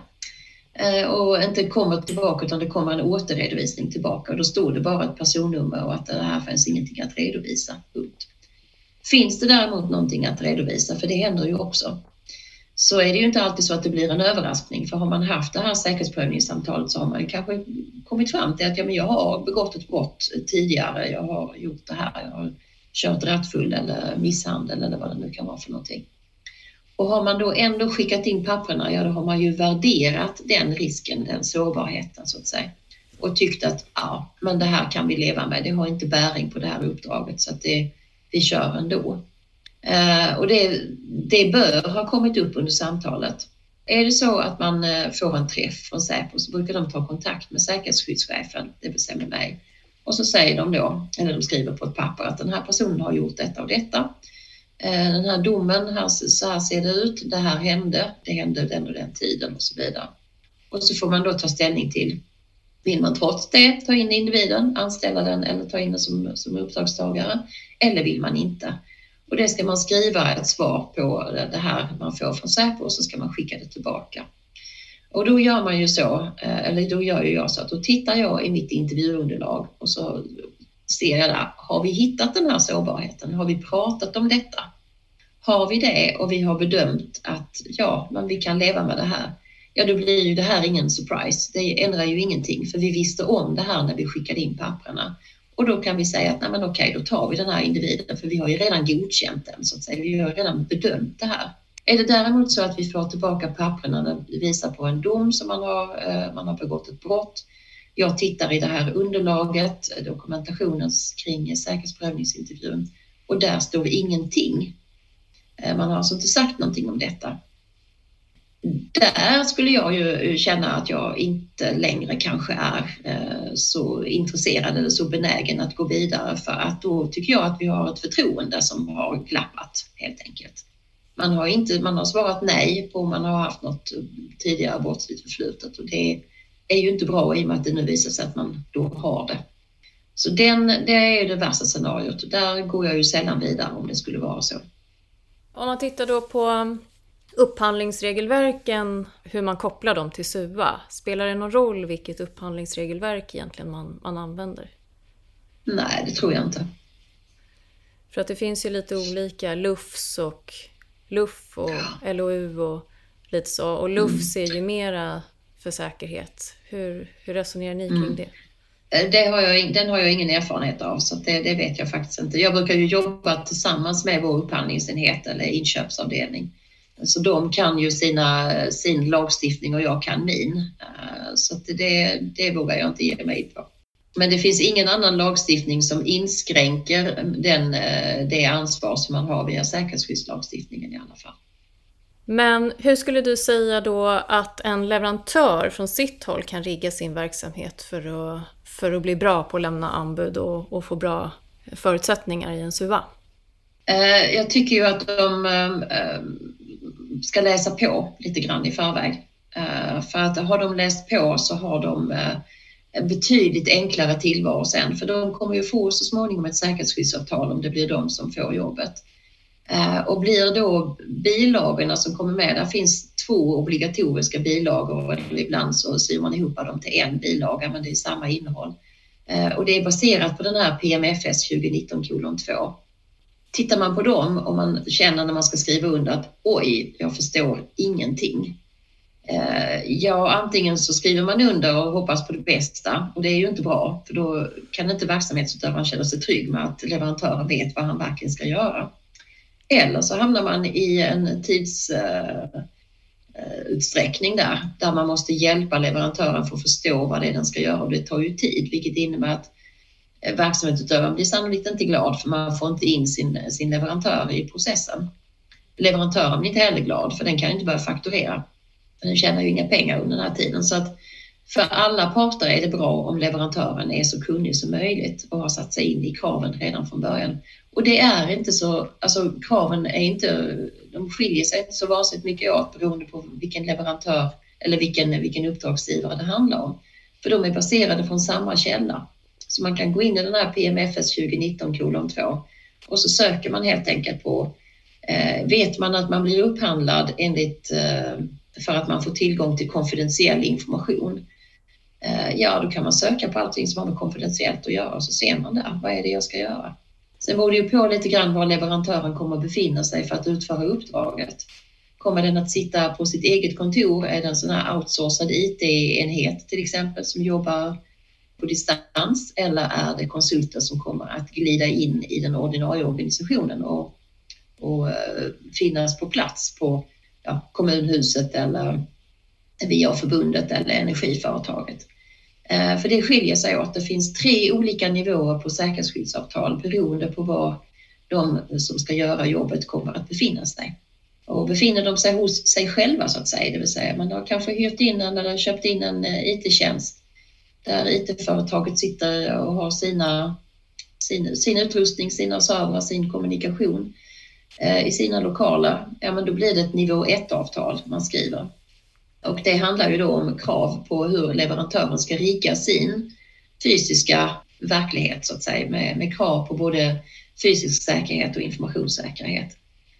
Och inte kommer tillbaka utan det kommer en återredovisning tillbaka och då står det bara ett personnummer och att det här finns ingenting att redovisa. Punkt. Finns det däremot någonting att redovisa, för det händer ju också, så är det ju inte alltid så att det blir en överraskning. För har man haft det här säkerhetsprövningssamtalet så har man kanske kommit fram till att ja, men jag har begått ett brott tidigare, jag har gjort det här, jag har kört rattfull eller misshandel eller vad det nu kan vara för någonting. Och har man då ändå skickat in papperna, ja då har man ju värderat den risken, den sårbarheten så att säga. Och tyckt att ja, men det här kan vi leva med, det har inte bäring på det här uppdraget så att det, vi kör ändå. Uh, och det, det bör ha kommit upp under samtalet. Är det så att man uh, får en träff från Säpo så brukar de ta kontakt med säkerhetsskyddschefen, det vill säga med mig. Och så säger de då, eller de skriver på ett papper att den här personen har gjort detta och detta. Uh, den här domen, här, så här ser det ut, det här hände, det hände den och den tiden och så vidare. Och så får man då ta ställning till, vill man trots det ta in individen, anställa den eller ta in den som, som uppdragstagare, eller vill man inte? Och det ska man skriva ett svar på det här man får från Säpo och så ska man skicka det tillbaka. Och då gör man ju så, eller då gör ju jag så att då tittar jag i mitt intervjuunderlag och så ser jag där, har vi hittat den här sårbarheten? Har vi pratat om detta? Har vi det och vi har bedömt att ja, men vi kan leva med det här. Ja, då blir ju det här ingen surprise. Det ändrar ju ingenting för vi visste om det här när vi skickade in papperna. Och då kan vi säga att nej men okej, då tar vi den här individen för vi har ju redan godkänt den så att säga. Vi har redan bedömt det här. Är det däremot så att vi får tillbaka papperna när det visar på en dom som man har, man har begått ett brott. Jag tittar i det här underlaget, dokumentationen kring säkerhetsprövningsintervjun, och där står det ingenting. Man har alltså inte sagt någonting om detta. Där skulle jag ju känna att jag inte längre kanske är så intresserad eller så benägen att gå vidare, för att då tycker jag att vi har ett förtroende som har glappat helt enkelt. Man har, inte, man har svarat nej på om man har haft något tidigare brottsligt förflutet, och det är ju inte bra i och med att det nu visar sig att man då har det. Så den, det är det värsta scenariot. Där går jag ju sällan vidare om det skulle vara så. Om man tittar då på upphandlingsregelverken, hur man kopplar dem till S U A, spelar det någon roll vilket upphandlingsregelverk egentligen man, man använder? Nej, det tror jag inte. För att det finns ju lite olika L U F S och L U F och ja. L O U och lite så. Och L U F S mm. är ju mera för säkerhet. Hur, hur resonerar ni kring mm. det? Det har jag, den har jag ingen erfarenhet av, så det, det vet jag faktiskt inte. Jag brukar ju jobba tillsammans med vår upphandlingsenhet eller inköpsavdelning. Så de kan ju sina, sin lagstiftning och jag kan min. Så det, det vågar jag inte ge mig på. Men det finns ingen annan lagstiftning som inskränker den, det ansvar som man har via säkerhetsskyddslagstiftningen i alla fall. Men hur skulle du säga då att en leverantör från sitt håll kan rigga sin verksamhet för att, för att bli bra på att lämna anbud och, och få bra förutsättningar i en S U A? Jag tycker ju att de ska läsa på lite grann i förväg. För att har de läst på så har de betydligt enklare tillvaro sen. För de kommer ju få så småningom ett säkerhetsskyddsavtal om det blir de som får jobbet. Och blir då bilagorna som kommer med, där finns två obligatoriska bilagor, och ibland så syr man ihop dem till en bilaga, men det är samma innehåll. Och det är baserat på den här P M F S tjugonitton kolon två. Tittar man på dem och man känner när man ska skriva under att oj, jag förstår ingenting. Ja, antingen så skriver man under och hoppas på det bästa, och det är ju inte bra, för då kan inte verksamhetsutövaren känna sig trygg med att leverantören vet vad han verkligen ska göra. Eller så hamnar man i en tidsutsträckning uh, där, där man måste hjälpa leverantören för att förstå vad det är den ska göra, och det tar ju tid, vilket innebär att verksamhetsutövaren blir sannolikt inte glad, för man får inte in sin, sin leverantör i processen. Leverantören blir inte heller glad, för den kan inte börja fakturera. Den tjänar ju inga pengar under den här tiden, så att för alla parter är det bra om leverantören är så kunnig som möjligt och har satt sig in i kraven redan från början. Och det är inte så, alltså kraven är inte, de skiljer sig inte så vansinnigt mycket åt beroende på vilken leverantör eller vilken, vilken uppdragsgivare det handlar om. För de är baserade från samma källa. Så man kan gå in i den här P M F S tjugonitton kolon två och så söker man helt enkelt på, eh, vet man att man blir upphandlad enligt, eh, för att man får tillgång till konfidentiell information. Eh, ja, då kan man söka på allting som har med konfidentiellt att göra, och så ser man där, vad är det jag ska göra? Sen beror det ju på lite grann var leverantören kommer att befinna sig för att utföra uppdraget. Kommer den att sitta på sitt eget kontor? Är det en sån här outsourcad I T-enhet till exempel som jobbar på distans? Eller är det konsulter som kommer att glida in i den ordinarie organisationen och, och finnas på plats på ja, kommunhuset eller via förbundet eller energiföretaget? För det skiljer sig åt. Det finns tre olika nivåer på säkerhetsskyddsavtal beroende på var de som ska göra jobbet kommer att befinna sig. Och befinner de sig hos sig själva så att säga, det vill säga man har kanske hyrt in en eller köpt in en I T-tjänst där I T-företaget sitter och har sina, sin, sin utrustning, sina servrar, sin kommunikation eh, i sina lokaler, ja men då blir det ett nivå ett-avtal man skriver. Och det handlar ju då om krav på hur leverantören ska rigga sin fysiska verklighet så att säga, med, med krav på både fysisk säkerhet och informationssäkerhet.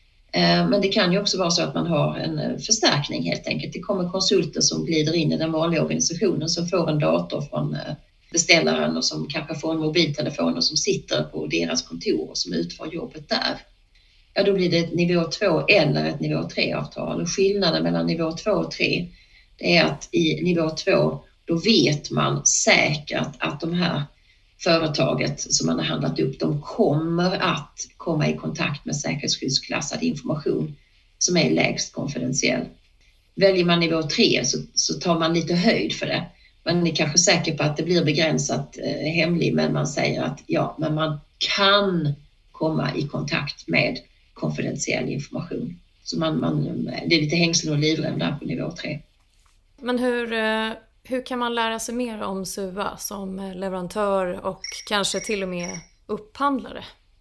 Eh, men det kan ju också vara så att man har en förstärkning helt enkelt. Det kommer konsulter som glider in i den vanliga organisationen som får en dator från eh, beställaren och som kanske får en mobiltelefon och som sitter på deras kontor och som utför jobbet där. Ja, då blir det ett nivå två eller ett nivå tre-avtal. Och skillnaden mellan nivå två och tre det är att i nivå två då vet man säkert att de här företaget som man har handlat upp, de kommer att komma i kontakt med säkerhetsskyddsklassad information som är lägst konfidentiell. Väljer man nivå tre så, så tar man lite höjd för det. Man är kanske säker på att det blir begränsat eh, hemlig, men man säger att ja, men man kan komma i kontakt med konfidentiell information. Så man, man, det är lite hängslen och livrem där på nivå tre. Men hur, hur kan man lära sig mer om S U A som leverantör och kanske till och med upphandlare?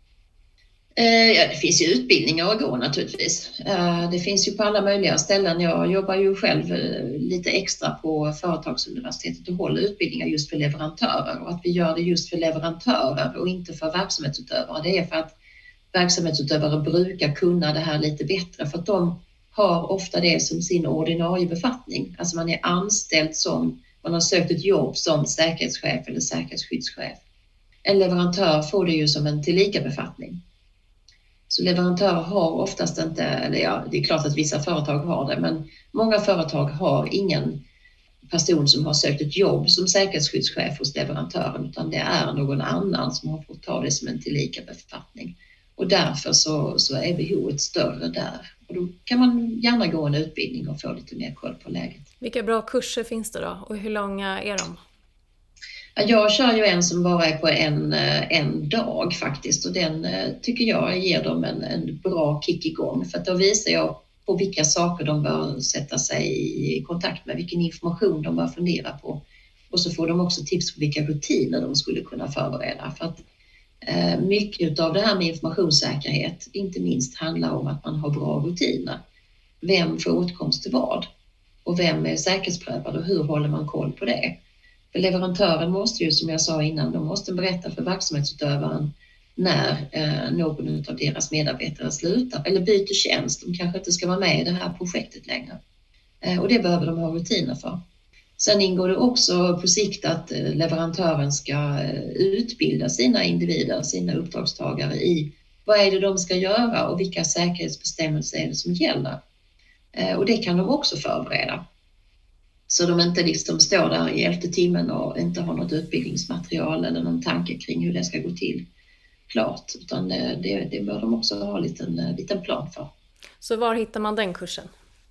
Ja, det finns ju utbildningar att gå naturligtvis. Det finns ju på alla möjliga ställen. Jag jobbar ju själv lite extra på Företagsuniversitetet och håller utbildningar just för leverantörer. Och att vi gör det just för leverantörer och inte för verksamhetsutövare, det är för att verksamhetsutövare brukar kunna det här lite bättre, för att de har ofta det som sin ordinarie befattning. Alltså man är anställd som, man har sökt ett jobb som säkerhetschef eller säkerhetsskyddschef. En leverantör får det ju som en tillika befattning. Så leverantörer har oftast inte, eller ja, det är klart att vissa företag har det, men många företag har ingen person som har sökt ett jobb som säkerhetsskyddschef hos leverantören, utan det är någon annan som har fått ta det som en tillika befattning. Och därför så, så är behovet större där. Och då kan man gärna gå en utbildning och få lite mer koll på läget. Vilka bra kurser finns det då? Och hur långa är de? Jag kör ju en som bara är på en, en dag faktiskt. Och den tycker jag ger dem en, en bra kick igång. För att då visar jag på vilka saker de bör sätta sig i kontakt med. Vilken information de bör fundera på. Och så får de också tips på vilka rutiner de skulle kunna förbereda. För att mycket av det här med informationssäkerhet, inte minst, handlar om att man har bra rutiner. Vem får åtkomst till vad? Och vem är säkerhetsprövad och hur håller man koll på det? För leverantören måste ju, som jag sa innan, de måste berätta för verksamhetsutövaren när eh, någon av deras medarbetare slutar eller byter tjänst. De kanske inte ska vara med i det här projektet längre. Eh, och det behöver de ha rutiner för. Sen ingår det också på sikt att leverantören ska utbilda sina individer, sina uppdragstagare i vad är det de ska göra och vilka säkerhetsbestämmelser är det som gäller. Och det kan de också förbereda. Så de inte liksom står där i elfte timmen och inte har något utbildningsmaterial eller någon tanke kring hur det ska gå till klart. Utan det, det, det bör de också ha en liten, liten plan för. Så var hittar man den kursen?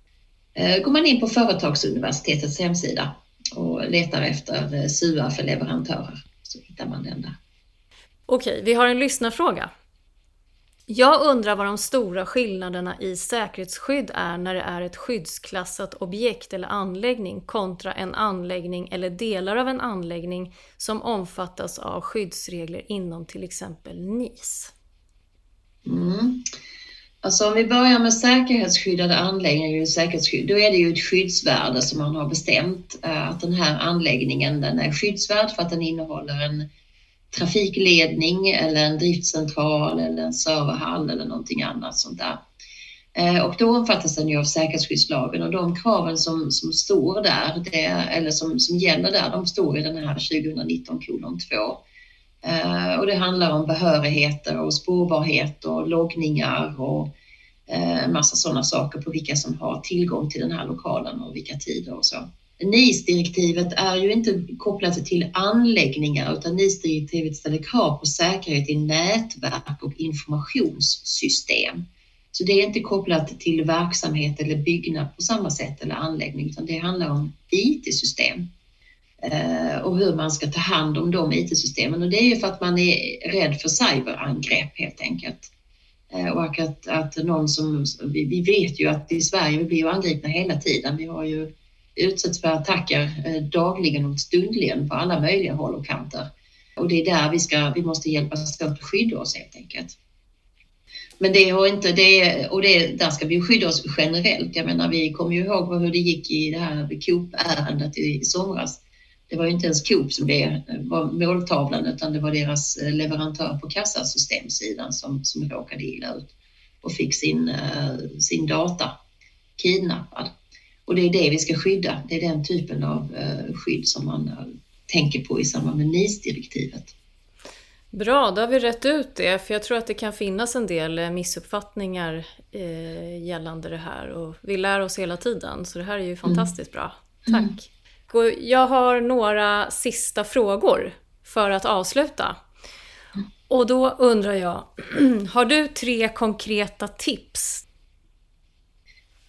Går man in på Företagsuniversitetets hemsida och letar efter S U A för leverantörer så hittar man den där. Okej, vi har en lyssnarfråga. Jag undrar vad de stora skillnaderna i säkerhetsskydd är när det är ett skyddsklassat objekt eller anläggning kontra en anläggning eller delar av en anläggning som omfattas av skyddsregler inom till exempel N I S. Mm. Alltså om vi börjar med säkerhetsskyddade anläggningar, säkerhetsskydd, då är det ju ett skyddsvärde som man har bestämt att den här anläggningen den är skyddsvärd för att den innehåller en trafikledning eller en driftcentral eller en serverhall eller någonting annat sånt där. Och då omfattas den ju av säkerhetsskyddslagen och de kraven som, som står där, det, eller som, som gäller där, de står i den här tjugonitton kolon två. Uh, och det handlar om behörigheter och spårbarhet och loggningar och uh, en massa sådana saker på vilka som har tillgång till den här lokalen och vilka tider och så. N I S-direktivet är ju inte kopplat till anläggningar utan N I S-direktivet ställer krav på säkerhet i nätverk och informationssystem. Så det är inte kopplat till verksamhet eller byggnad på samma sätt eller anläggning utan det handlar om I T-system. Och hur man ska ta hand om de I T-systemen. Och det är ju för att man är rädd för cyberangrepp helt enkelt. Och att, att någon som, vi, vi vet ju att i Sverige vi blir ju angripna hela tiden. Vi har ju utsatts för attacker dagligen och stundligen på alla möjliga håll och kanter. Och det är där vi, ska, vi måste hjälpas åt att skydda oss helt enkelt. Men det har inte, det, och det, där ska vi skydda oss generellt. Jag menar, vi kommer ju ihåg hur det gick i det här Coop-ärendet i somras. Det var ju inte ens Coop som det var måltavlan utan det var deras leverantör på kassasystemsidan som, som råkade illa ut och fick sin, sin data kidnappad. Och det är det vi ska skydda. Det är den typen av skydd som man tänker på i samband med N I S-direktivet. Bra, då har vi rätt ut det. För jag tror att det kan finnas en del missuppfattningar eh, gällande det här. Och vi lär oss hela tiden, så det här är ju fantastiskt mm. bra. Tack. Mm. Jag har några sista frågor för att avsluta. Och då undrar jag, har du tre konkreta tips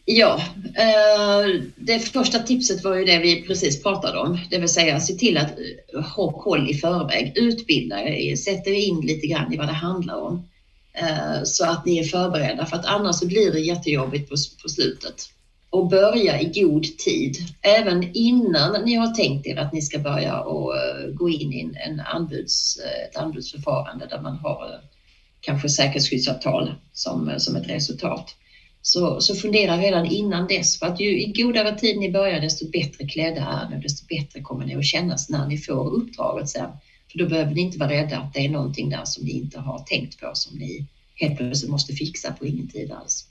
Ja, eh, det första tipset var ju det vi precis pratade om. Det vill säga se till att ha koll i förväg. Utbilda er, sätta in lite grann i vad det handlar om. Eh, så att ni är förberedda. För att annars så blir det jättejobbigt på, på slutet. Och börja i god tid. Även innan ni har tänkt er att ni ska börja och gå in i en anbuds, ett anbudsförfarande där man har kanske säkerhetsskyddsavtal som, som ett resultat. Så, så fundera redan innan dess, för att ju i godare tid ni börjar desto bättre klädda är ni, desto bättre kommer ni att kännas när ni får uppdraget sen. För då behöver ni inte vara rädda att det är någonting där som ni inte har tänkt på, som ni helt plötsligt måste fixa på ingen tid alls.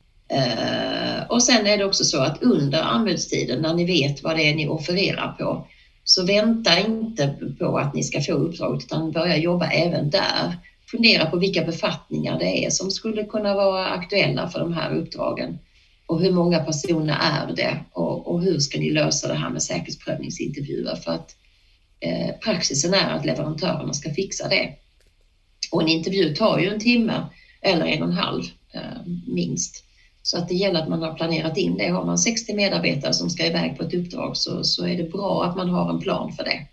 Uh, och sen är det också så att under anbudstiden, när ni vet vad det är ni offererar på, så vänta inte på att ni ska få uppdraget, utan börja jobba även där. Fundera på vilka befattningar det är som skulle kunna vara aktuella för de här uppdragen. Och hur många personer är det? Och, och hur ska ni lösa det här med säkerhetsprövningsintervjuer? För att eh, praxisen är att leverantörerna ska fixa det. Och en intervju tar ju en timme eller en och en halv eh, minst. Så att det gäller att man har planerat in det. Har man sextio medarbetare som ska iväg på ett uppdrag så, så är det bra att man har en plan för det.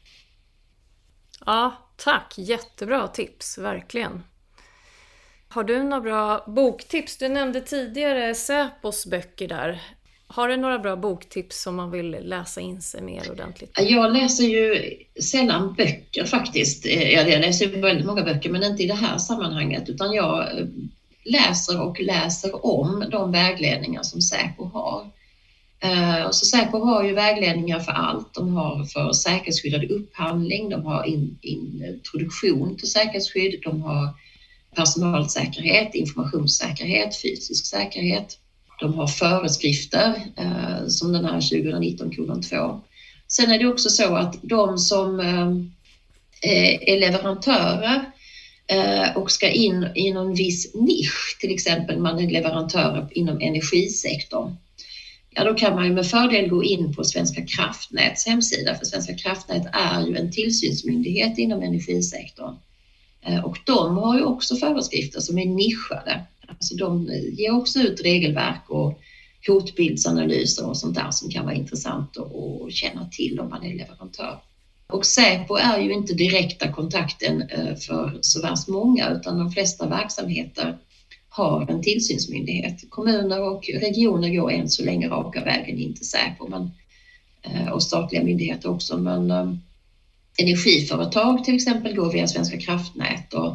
Ja, tack. Jättebra tips, verkligen. Har du några bra boktips? Du nämnde tidigare Säpos böcker där. Har du några bra boktips som man vill läsa in sig mer ordentligt? Jag läser ju sällan böcker faktiskt. Jag läser väldigt många böcker, men inte i det här sammanhanget. Utan jag läser och läser om de vägledningar som Säpo har. Så Säpo har ju vägledningar för allt. De har för säkerhetsskyddad upphandling, de har in, introduktion till säkerhetsskydd, de har personalsäkerhet, informationssäkerhet, fysisk säkerhet. De har föreskrifter eh, som den här tjugonitton två. Sen är det också så att de som eh, är leverantörer eh, och ska in i någon viss nisch, till exempel man är leverantör inom energisektorn, ja, då kan man ju med fördel gå in på Svenska kraftnäts hemsida, för Svenska kraftnät är ju en tillsynsmyndighet inom energisektorn. Och de har ju också föreskrifter som är nischade. Alltså de ger också ut regelverk och hotbildsanalyser och sånt där som kan vara intressant att känna till om man är leverantör. Och Säpo är ju inte direkta kontakten för så värst många, utan de flesta verksamheter har en tillsynsmyndighet. Kommuner och regioner går än så länge raka vägen in till Säpo, men, och statliga myndigheter också. Men energiföretag till exempel går via Svenska kraftnät, och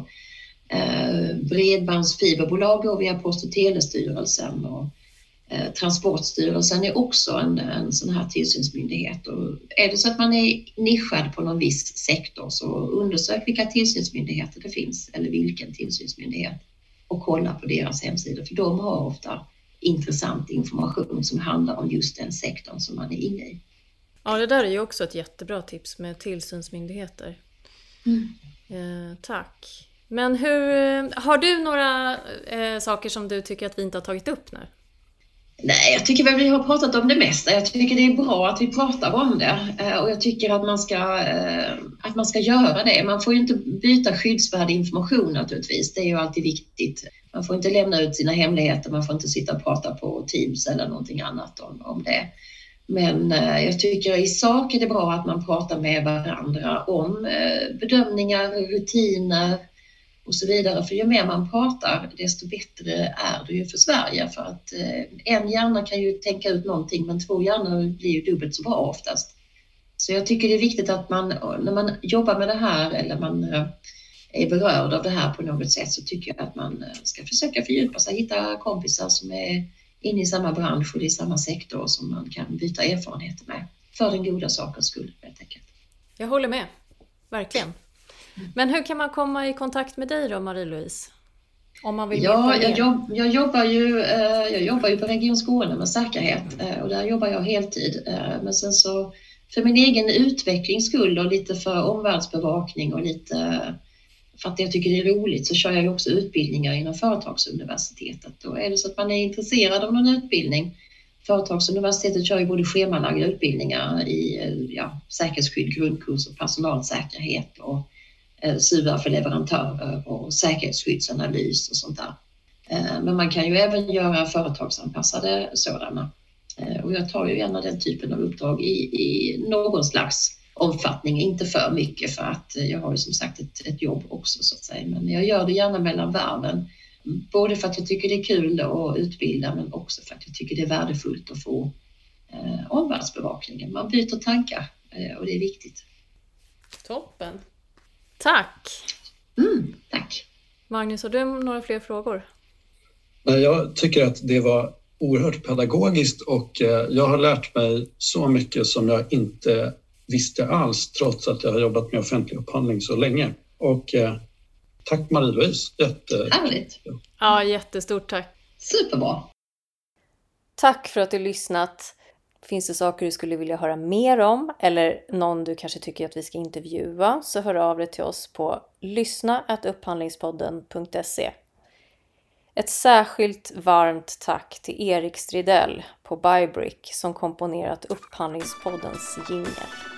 eh, bredbandsfiberbolag går via Post- och telestyrelsen, och eh, Transportstyrelsen är också en, en sån här tillsynsmyndighet. Och är det så att man är nischad på någon viss sektor, så undersök vilka tillsynsmyndigheter det finns, eller vilken tillsynsmyndighet, och kolla på deras hemsidor, för de har ofta intressant information som handlar om just den sektorn som man är inne i. Ja, det där är ju också ett jättebra tips med tillsynsmyndigheter. Mm. Eh, tack. Men hur, har du några eh, saker som du tycker att vi inte har tagit upp nu? Nej, jag tycker väl vi har pratat om det mesta. Jag tycker det är bra att vi pratar om det. Eh, och jag tycker att man, ska, eh, att man ska göra det. Man får ju inte byta skyddsvärd information naturligtvis. Det är ju alltid viktigt. Man får inte lämna ut sina hemligheter. Man får inte sitta och prata på Teams eller någonting annat om, om det. Men eh, jag tycker i sak är det bra att man pratar med varandra om eh, bedömningar, rutiner och så vidare. För ju mer man pratar, desto bättre är det ju för Sverige. För att eh, en hjärna kan ju tänka ut någonting, men två hjärnor blir ju dubbelt så bra oftast. Så jag tycker det är viktigt att man, när man jobbar med det här eller man eh, är berörd av det här på något sätt, så tycker jag att man ska försöka fördjupa sig, hitta kompisar som är in i samma bransch och i samma sektor som man kan byta erfarenheter med. För den goda sakens skull, helt enkelt. Jag håller med, verkligen. Men hur kan man komma i kontakt med dig då, Marie-Louise? Om man vill ja, jag, jobb, jag, jobbar ju, jag jobbar ju på Region Skåne med säkerhet, och där jobbar jag heltid. Men sen så för min egen utvecklings skull och lite för omvärldsbevakning och lite för att jag tycker det är roligt, så kör jag ju också utbildningar inom Företagsuniversitetet. Och är det så att man är intresserad av någon utbildning, Företagsuniversitetet kör ju både schemalagda utbildningar i ja, säkerhetsskydd, grundkurs och personalsäkerhet och eh, S U A för leverantörer och säkerhetsskyddsanalys och sånt där. Men man kan ju även göra företagsanpassade sådana. Och jag tar ju gärna den typen av uppdrag i, i någon slags omfattning, inte för mycket för att jag har ju som sagt ett, ett jobb också så att säga. Men jag gör det gärna mellan varven. Både för att jag tycker det är kul att utbilda men också för att jag tycker det är värdefullt att få eh, omvärldsbevakningen. Man byter tankar eh, och det är viktigt. Toppen. Tack. Mm, tack. Magnus, har du några fler frågor? Jag tycker att det var oerhört pedagogiskt och jag har lärt mig så mycket som jag inte visste alls trots att jag har jobbat med offentlig upphandling så länge. Och tack Marie-Louise. Jätte... Härligt. Ja, jättestort tack. Superbra. Tack för att du lyssnat. Finns det saker du skulle vilja höra mer om eller någon du kanske tycker att vi ska intervjua så hör av dig till oss på lyssna snabel-a upphandlingspodden punkt se. Ett särskilt varmt tack till Erik Stridell på Bybrick som komponerat Upphandlingspoddens jingle.